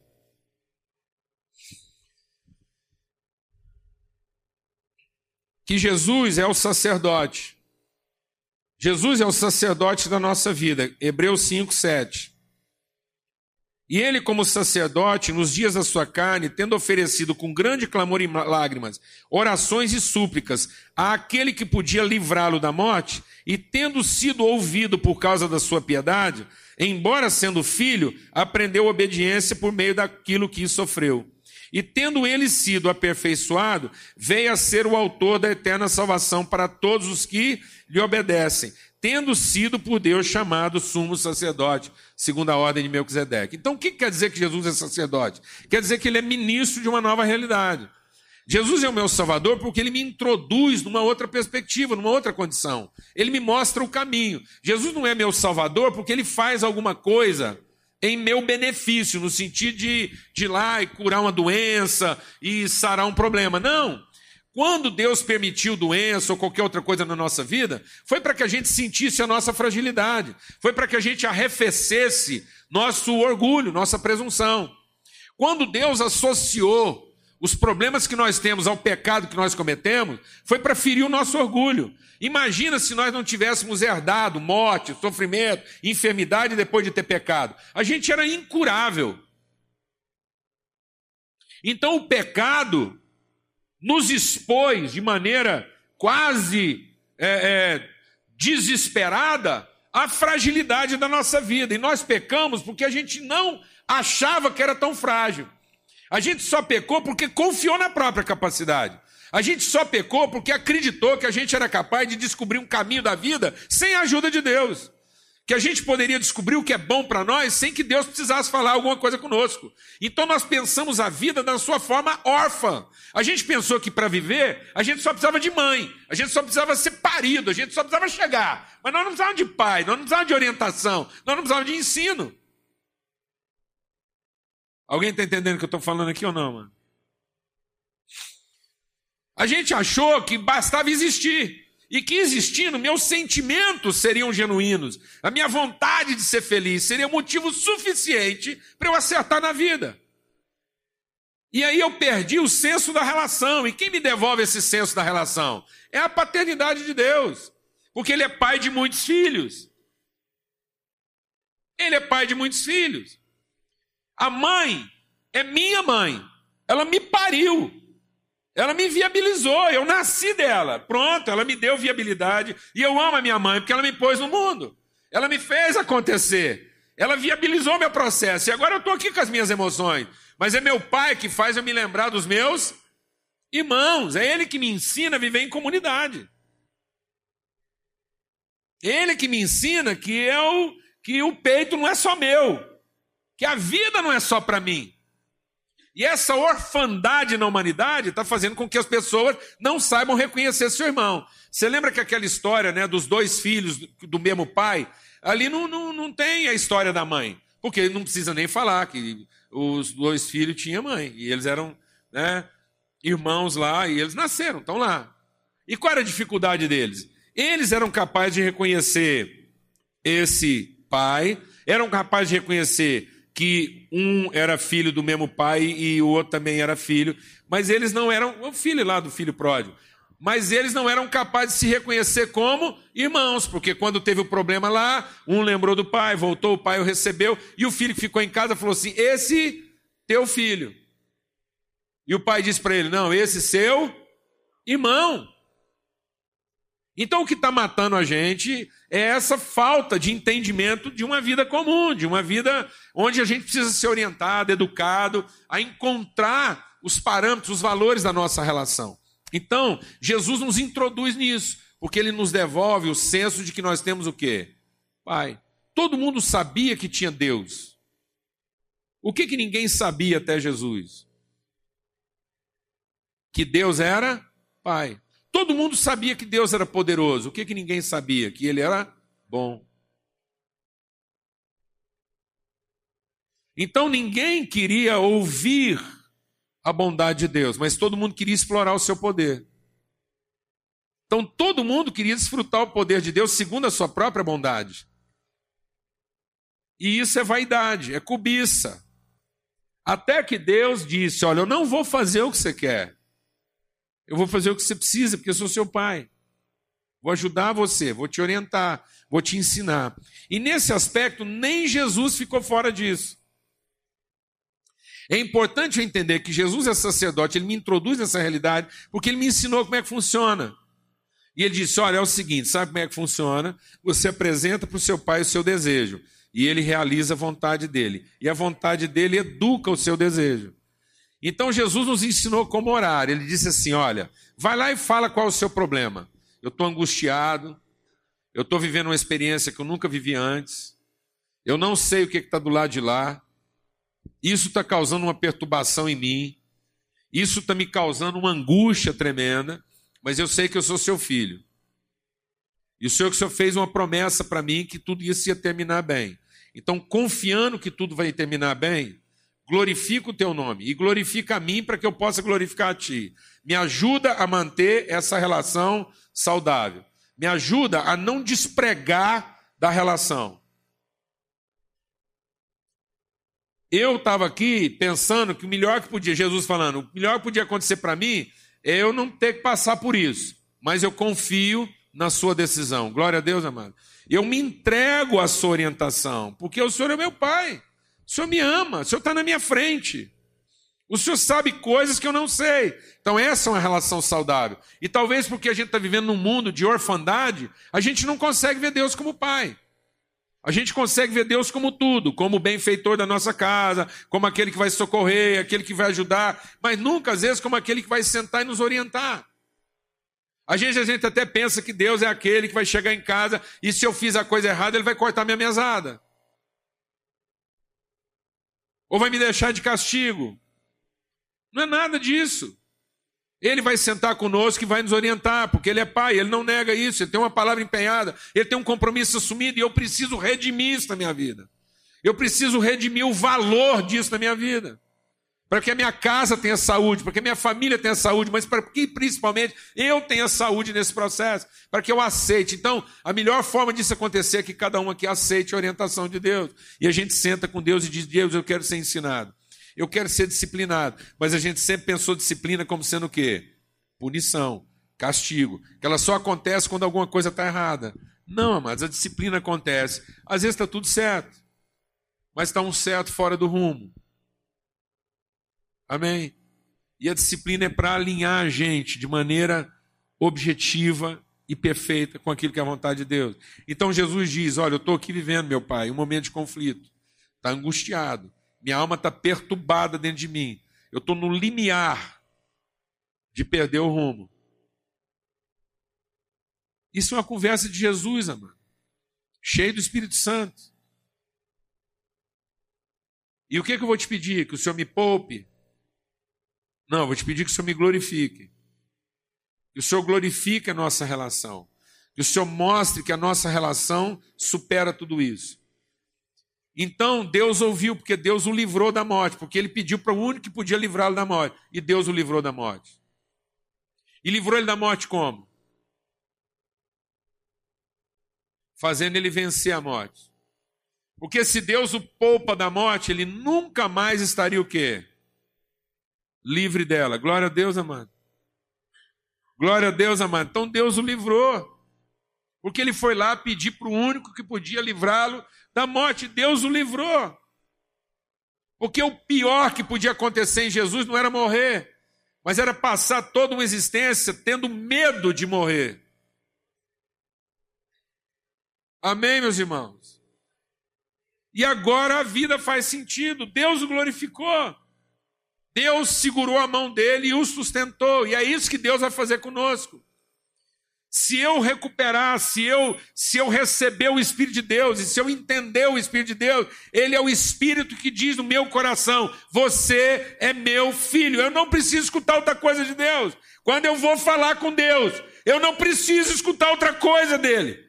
que Jesus é o sacerdote. Jesus é o sacerdote da nossa vida. Hebreus 5, 7. E ele, como sacerdote, nos dias da sua carne, tendo oferecido com grande clamor e lágrimas, orações e súplicas àquele que podia livrá-lo da morte, e tendo sido ouvido por causa da sua piedade, embora sendo filho, aprendeu obediência por meio daquilo que sofreu. E tendo ele sido aperfeiçoado, veio a ser o autor da eterna salvação para todos os que lhe obedecem, tendo sido por Deus chamado sumo sacerdote, segundo a ordem de Melquisedeque. Então o que quer dizer que Jesus é sacerdote? Quer dizer que ele é ministro de uma nova realidade. Jesus é o meu Salvador porque ele me introduz numa outra perspectiva, numa outra condição. Ele me mostra o caminho. Jesus não é meu Salvador porque ele faz alguma coisa em meu benefício, no sentido de ir lá e curar uma doença e sarar um problema. Não. Quando Deus permitiu doença ou qualquer outra coisa na nossa vida, foi para que a gente sentisse a nossa fragilidade. Foi para que a gente arrefecesse nosso orgulho, nossa presunção. Quando Deus associou os problemas que nós temos ao pecado que nós cometemos, foi para ferir o nosso orgulho. Imagina se nós não tivéssemos herdado morte, sofrimento, enfermidade depois de ter pecado. A gente era incurável. Então o pecado nos expôs de maneira quase desesperada a fragilidade da nossa vida. E nós pecamos porque a gente não achava que era tão frágil. A gente só pecou porque confiou na própria capacidade. A gente só pecou porque acreditou que a gente era capaz de descobrir um caminho da vida sem a ajuda de Deus. Que a gente poderia descobrir o que é bom para nós sem que Deus precisasse falar alguma coisa conosco. Então nós pensamos a vida da sua forma órfã. A gente pensou que para viver, a gente só precisava de mãe, a gente só precisava ser parido, a gente só precisava chegar. Mas nós não precisávamos de pai, nós não precisávamos de orientação, nós não precisávamos de ensino. Alguém está entendendo o que eu estou falando aqui ou não, mano? A gente achou que bastava existir. E que existindo, meus sentimentos seriam genuínos. A minha vontade de ser feliz seria motivo suficiente para eu acertar na vida. E aí eu perdi o senso da relação. E quem me devolve esse senso da relação? É a paternidade de Deus. Porque Ele é pai de muitos filhos. Ele é pai de muitos filhos. A mãe é minha mãe. Ela me pariu. Ela me viabilizou, eu nasci dela. Pronto, ela me deu viabilidade. E eu amo a minha mãe, porque ela me pôs no mundo. Ela me fez acontecer. Ela viabilizou meu processo. E agora eu estou aqui com as minhas emoções. Mas é meu pai que faz eu me lembrar dos meus irmãos. É ele que me ensina a viver em comunidade. Ele que me ensina que o peito não é só meu. Que a vida não é só para mim. E essa orfandade na humanidade está fazendo com que as pessoas não saibam reconhecer seu irmão. Você lembra que aquela história, né, dos dois filhos do mesmo pai? Ali não tem a história da mãe. Porque não precisa nem falar que os dois filhos tinham mãe. E eles eram, né, irmãos lá e eles nasceram, estão lá. E qual era a dificuldade deles? Eles eram capazes de reconhecer esse pai, eram capazes de reconhecer que um era filho do mesmo pai e o outro também era filho, mas eles não eram, o filho lá do filho pródigo, mas eles não eram capazes de se reconhecer como irmãos, porque quando teve o problema lá, um lembrou do pai, voltou, o pai o recebeu, e o filho que ficou em casa falou assim, esse teu filho. E o pai disse para ele, não, esse seu irmão. Então o que está matando a gente é essa falta de entendimento de uma vida comum, de uma vida onde a gente precisa ser orientado, educado, a encontrar os parâmetros, os valores da nossa relação. Então, Jesus nos introduz nisso, porque Ele nos devolve o senso de que nós temos o quê? Pai. Todo mundo sabia que tinha Deus. O que ninguém sabia até Jesus? Que Deus era Pai. Todo mundo sabia que Deus era poderoso. O que ninguém sabia? Que Ele era bom. Então ninguém queria ouvir a bondade de Deus, mas todo mundo queria explorar o seu poder. Então todo mundo queria desfrutar o poder de Deus segundo a sua própria bondade. E isso é vaidade, é cobiça. Até que Deus disse, olha, eu não vou fazer o que você quer. Eu vou fazer o que você precisa, porque eu sou seu pai. Vou ajudar você, vou te orientar, vou te ensinar. E nesse aspecto, nem Jesus ficou fora disso. É importante eu entender que Jesus é sacerdote, Ele me introduz nessa realidade, porque Ele me ensinou como é que funciona. E Ele disse, olha, é o seguinte, sabe como é que funciona? Você apresenta para o seu pai o seu desejo, e Ele realiza a vontade dEle. E a vontade dEle educa o seu desejo. Então Jesus nos ensinou como orar. Ele disse assim, olha, vai lá e fala qual é o seu problema. Eu estou angustiado, eu estou vivendo uma experiência que eu nunca vivi antes, eu não sei o que está do lado de lá, isso está causando uma perturbação em mim, isso está me causando uma angústia tremenda, mas eu sei que eu sou seu filho. E o Senhor fez uma promessa para mim que tudo isso ia terminar bem. Então, confiando que tudo vai terminar bem, glorifica o teu nome e glorifica a mim para que eu possa glorificar a ti. Me ajuda a manter essa relação saudável. Me ajuda a não despregar da relação. Eu estava aqui pensando que o melhor que podia, Jesus falando, o melhor que podia acontecer para mim é eu não ter que passar por isso. Mas eu confio na sua decisão. Glória a Deus, amado. Eu me entrego à sua orientação, porque o Senhor é meu pai. O Senhor me ama, o Senhor está na minha frente. O Senhor sabe coisas que eu não sei. Então essa é uma relação saudável. E talvez porque a gente está vivendo num mundo de orfandade, a gente não consegue ver Deus como pai. A gente consegue ver Deus como tudo, como o benfeitor da nossa casa, como aquele que vai socorrer, aquele que vai ajudar, mas nunca, às vezes, como aquele que vai sentar e nos orientar. A gente até pensa que Deus é aquele que vai chegar em casa e se eu fiz a coisa errada, ele vai cortar minha mesada. Ou vai me deixar de castigo. Não é nada disso. Ele vai sentar conosco e vai nos orientar, porque ele é pai, ele não nega isso, ele tem uma palavra empenhada, ele tem um compromisso assumido, e eu preciso redimir isso na minha vida. Eu preciso redimir o valor disso na minha vida. Para que a minha casa tenha saúde, para que a minha família tenha saúde, mas para que principalmente eu tenha saúde nesse processo, para que eu aceite. Então, a melhor forma disso acontecer é que cada um aqui aceite a orientação de Deus. E a gente senta com Deus e diz, Deus, eu quero ser ensinado. Eu quero ser disciplinado, mas a gente sempre pensou disciplina como sendo o quê? Punição, castigo, que ela só acontece quando alguma coisa está errada. Não, amados, a disciplina acontece. Às vezes está tudo certo, mas está um certo fora do rumo. Amém? E a disciplina é para alinhar a gente de maneira objetiva e perfeita com aquilo que é a vontade de Deus. Então Jesus diz, olha, eu estou aqui vivendo, meu pai, um momento de conflito. Está angustiado. Minha alma está perturbada dentro de mim. Eu estou no limiar de perder o rumo. Isso é uma conversa de Jesus, amado. Cheio do Espírito Santo. E o que eu vou te pedir? Que o Senhor me poupe? Não, eu vou te pedir que o Senhor me glorifique. Que o Senhor glorifique a nossa relação. Que o Senhor mostre que a nossa relação supera tudo isso. Então Deus ouviu, porque Deus o livrou da morte, porque ele pediu para o único que podia livrá-lo da morte, e Deus o livrou da morte. E livrou ele da morte como? Fazendo ele vencer a morte. Porque se Deus o poupa da morte, ele nunca mais estaria o quê? Livre dela. Glória a Deus, amado. Glória a Deus, amado. Então Deus o livrou. Porque ele foi lá pedir para o único que podia livrá-lo da morte. Deus o livrou. Porque o pior que podia acontecer em Jesus não era morrer, mas era passar toda uma existência tendo medo de morrer. Amém, meus irmãos? E agora a vida faz sentido. Deus o glorificou. Deus segurou a mão dele e o sustentou. E é isso que Deus vai fazer conosco. Se eu recuperar, se eu receber o Espírito de Deus, e se eu entender o Espírito de Deus, ele é o Espírito que diz no meu coração, você é meu filho. Eu não preciso escutar outra coisa de Deus. Quando eu vou falar com Deus, eu não preciso escutar outra coisa dele.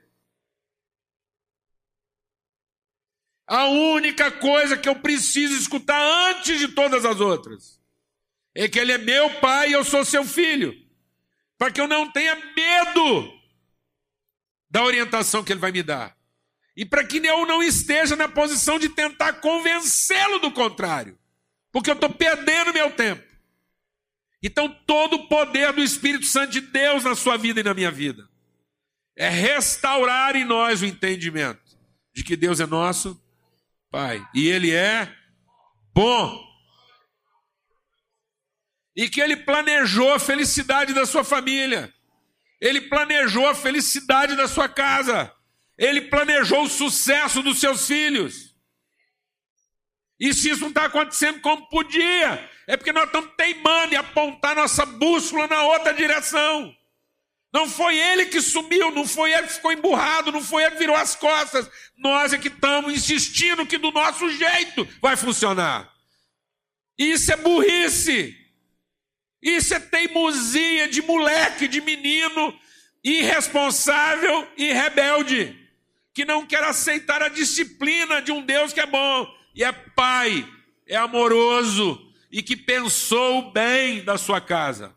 A única coisa que eu preciso escutar antes de todas as outras é que ele é meu pai e eu sou seu filho. Para que eu não tenha medo da orientação que ele vai me dar. E para que eu não esteja na posição de tentar convencê-lo do contrário. Porque eu estou perdendo meu tempo. Então todo o poder do Espírito Santo de Deus na sua vida e na minha vida é restaurar em nós o entendimento de que Deus é nosso Pai. E Ele é bom. E que ele planejou a felicidade da sua família. Ele planejou a felicidade da sua casa. Ele planejou o sucesso dos seus filhos. E se isso não está acontecendo como podia, é porque nós estamos teimando em apontar nossa bússola na outra direção. Não foi ele que sumiu, não foi ele que ficou emburrado, não foi ele que virou as costas. Nós é que estamos insistindo que do nosso jeito vai funcionar. Isso é burrice. Isso é teimosia de moleque, de menino irresponsável e rebelde, que não quer aceitar a disciplina de um Deus que é bom, e é pai, é amoroso, e que pensou o bem da sua casa.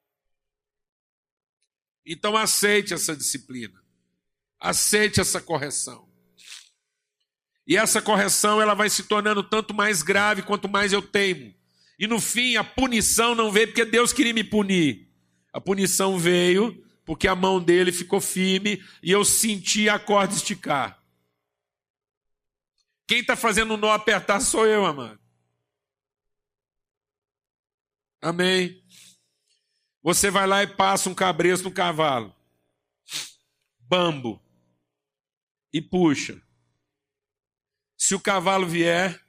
Então aceite essa disciplina, aceite essa correção. E essa correção ela vai se tornando tanto mais grave quanto mais eu teimo. E no fim, a punição não veio porque Deus queria me punir. A punição veio porque a mão dele ficou firme e eu senti a corda esticar. Quem está fazendo o nó apertar sou eu, amado. Amém? Você vai lá e passa um cabresto no cavalo. Bambo. E puxa. Se o cavalo vier,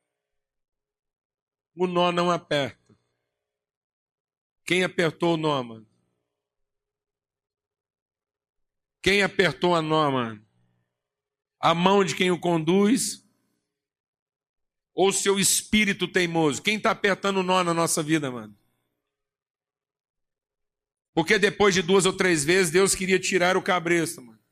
o nó não aperta. Quem apertou o nó, mano? Quem apertou a nó, mano? A mão de quem o conduz? Ou o seu espírito teimoso? Quem está apertando o nó na nossa vida, mano? Porque depois de 2 ou 3 vezes, Deus queria tirar o cabresto, mano.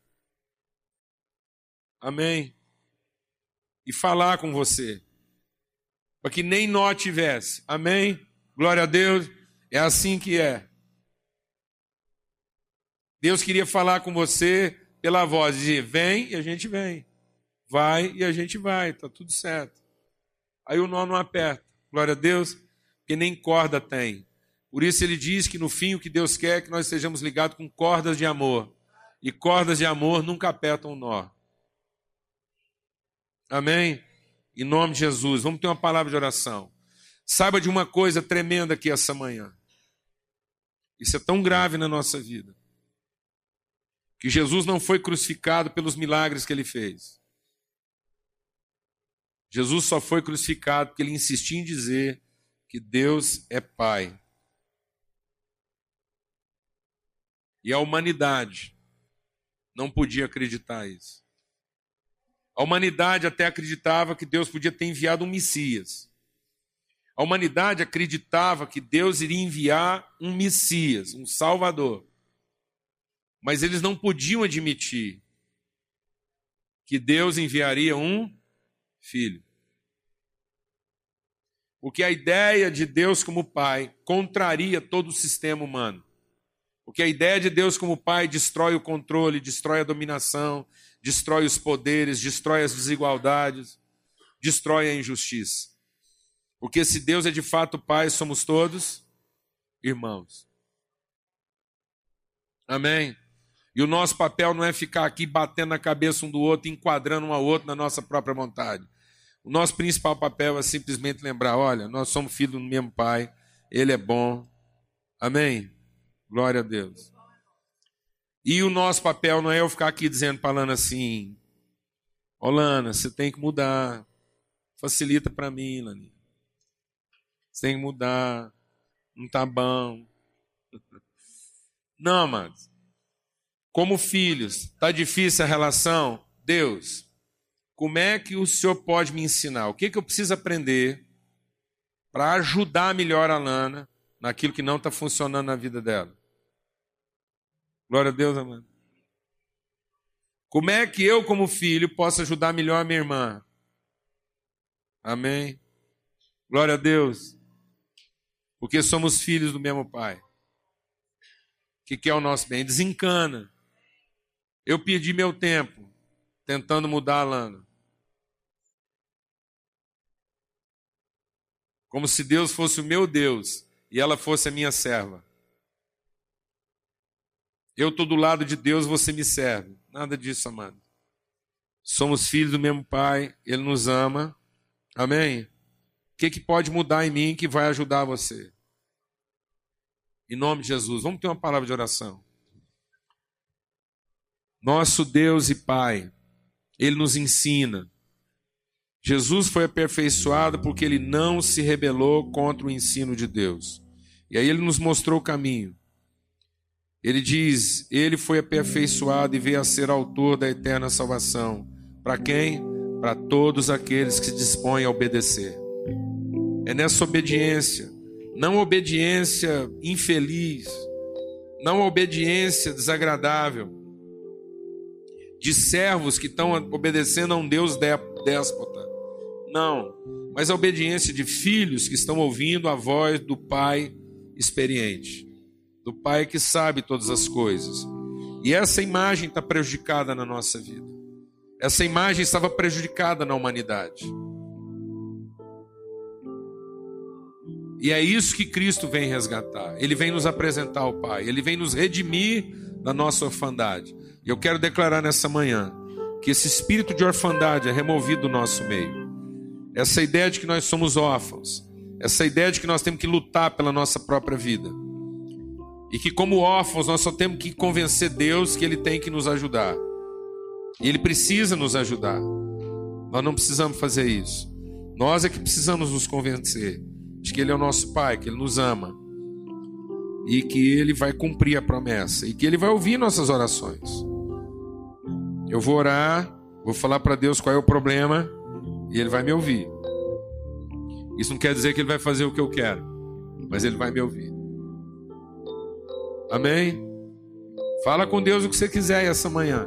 Amém? E falar com você. Para que nem nó tivesse. Amém? Glória a Deus. É assim que é. Deus queria falar com você pela voz. Dizer, vem e a gente vem. Vai e a gente vai. Está tudo certo. Aí o nó não aperta. Glória a Deus. Porque nem corda tem. Por isso ele diz que no fim o que Deus quer é que nós sejamos ligados com cordas de amor. E cordas de amor nunca apertam o nó. Amém? Em nome de Jesus. Vamos ter uma palavra de oração. Saiba de uma coisa tremenda aqui essa manhã. Isso é tão grave na nossa vida. Que Jesus não foi crucificado pelos milagres que ele fez. Jesus só foi crucificado porque ele insistia em dizer que Deus é Pai. E a humanidade não podia acreditar isso. A humanidade até acreditava que Deus podia ter enviado um Messias. A humanidade acreditava que Deus iria enviar um Messias, um Salvador. Mas eles não podiam admitir que Deus enviaria um filho. Porque a ideia de Deus como Pai contraria todo o sistema humano. Porque a ideia de Deus como Pai destrói o controle, destrói a dominação, destrói os poderes, destrói as desigualdades, destrói a injustiça. Porque se Deus é de fato Pai, somos todos irmãos. Amém? E o nosso papel não é ficar aqui batendo na cabeça um do outro, enquadrando um ao outro na nossa própria vontade. O nosso principal papel é simplesmente lembrar, olha, nós somos filhos do mesmo Pai, Ele é bom. Amém? Glória a Deus. E o nosso papel não é eu ficar aqui dizendo, falando assim, ó Lana, você tem que mudar. Facilita para mim, Lani. Você tem que mudar. Não tá bom. Não, amados. Como filhos, tá difícil a relação? Deus, como é que o Senhor pode me ensinar? O que eu preciso aprender para ajudar melhor a Lana naquilo que não está funcionando na vida dela? Glória a Deus, amado. Como é que eu, como filho, posso ajudar melhor a minha irmã? Amém? Glória a Deus. Porque somos filhos do mesmo Pai. Que quer o nosso bem. Desencana. Eu perdi meu tempo tentando mudar a Lana. Como se Deus fosse o meu Deus e ela fosse a minha serva. Eu estou do lado de Deus, você me serve. Nada disso, amado. Somos filhos do mesmo Pai, Ele nos ama. Amém? O que pode mudar em mim que vai ajudar você? Em nome de Jesus, vamos ter uma palavra de oração. Nosso Deus e Pai, Ele nos ensina. Jesus foi aperfeiçoado porque Ele não se rebelou contra o ensino de Deus. E aí Ele nos mostrou o caminho. Ele diz, Ele foi aperfeiçoado e veio a ser autor da eterna salvação. Para quem? Para todos aqueles que se dispõem a obedecer. É nessa obediência, não obediência infeliz, não obediência desagradável, de servos que estão obedecendo a um Deus déspota. Não, mas a obediência de filhos que estão ouvindo a voz do Pai experiente, do Pai que sabe todas as coisas. E essa imagem está prejudicada na nossa vida. Essa imagem estava prejudicada na humanidade. E é isso que Cristo vem resgatar. Ele vem nos apresentar ao Pai. Ele vem nos redimir da nossa orfandade. E eu quero declarar nessa manhã que esse espírito de orfandade é removido do nosso meio. Essa ideia de que nós somos órfãos. Essa ideia de que nós temos que lutar pela nossa própria vida. E que como órfãos nós só temos que convencer Deus que Ele tem que nos ajudar. E Ele precisa nos ajudar. Nós não precisamos fazer isso. Nós é que precisamos nos convencer de que Ele é o nosso Pai, que Ele nos ama e que Ele vai cumprir a promessa e que Ele vai ouvir nossas orações. Eu vou orar, vou falar para Deus qual é o problema e Ele vai me ouvir. Isso não quer dizer que Ele vai fazer o que eu quero, mas Ele vai me ouvir. Amém? Fala com Deus o que você quiser essa manhã.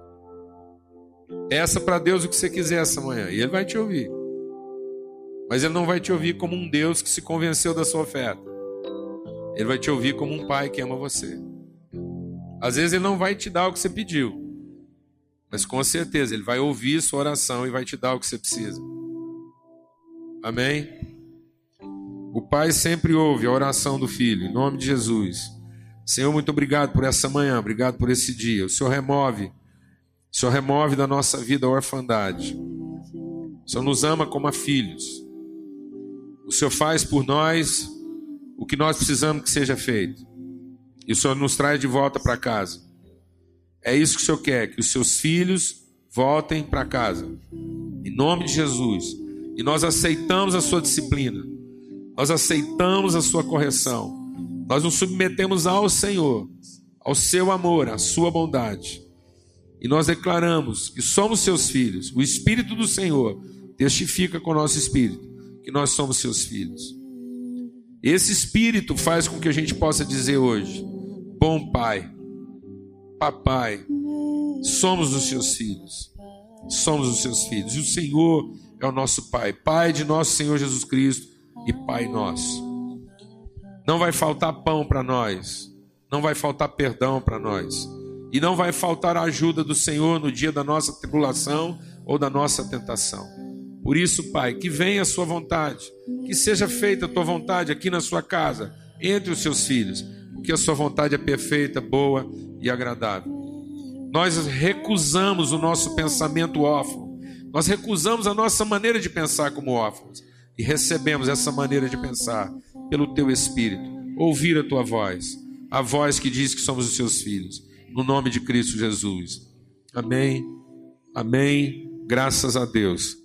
Peça para Deus o que você quiser essa manhã e Ele vai te ouvir. Mas Ele não vai te ouvir como um Deus que se convenceu da sua oferta. Ele vai te ouvir como um pai que ama você. Às vezes Ele não vai te dar o que você pediu, mas com certeza Ele vai ouvir sua oração e vai te dar o que você precisa. Amém? O Pai sempre ouve a oração do Filho, em nome de Jesus. Senhor, muito obrigado por essa manhã, obrigado por esse dia. O Senhor remove da nossa vida a orfandade. O Senhor nos ama como a filhos. O Senhor faz por nós o que nós precisamos que seja feito. E o Senhor nos traz de volta para casa. É isso que o Senhor quer, que os seus filhos voltem para casa. Em nome de Jesus. E nós aceitamos a sua disciplina. Nós aceitamos a sua correção. Nós nos submetemos ao Senhor, ao seu amor, à sua bondade. E nós declaramos que somos seus filhos. O Espírito do Senhor testifica com o nosso espírito que nós somos seus filhos. Esse Espírito faz com que a gente possa dizer hoje: bom Pai, papai, somos os seus filhos. Somos os seus filhos. E o Senhor é o nosso Pai, Pai de nosso Senhor Jesus Cristo e Pai nosso. Não vai faltar pão para nós, não vai faltar perdão para nós, e não vai faltar a ajuda do Senhor no dia da nossa tribulação ou da nossa tentação. Por isso, Pai, que venha a sua vontade, que seja feita a tua vontade aqui na sua casa, entre os seus filhos, porque a sua vontade é perfeita, boa e agradável. Nós recusamos o nosso pensamento órfão, nós recusamos a nossa maneira de pensar como órfãos e recebemos essa maneira de pensar pelo teu Espírito, ouvir a tua voz, a voz que diz que somos os seus filhos, no nome de Cristo Jesus. Amém, amém, graças a Deus.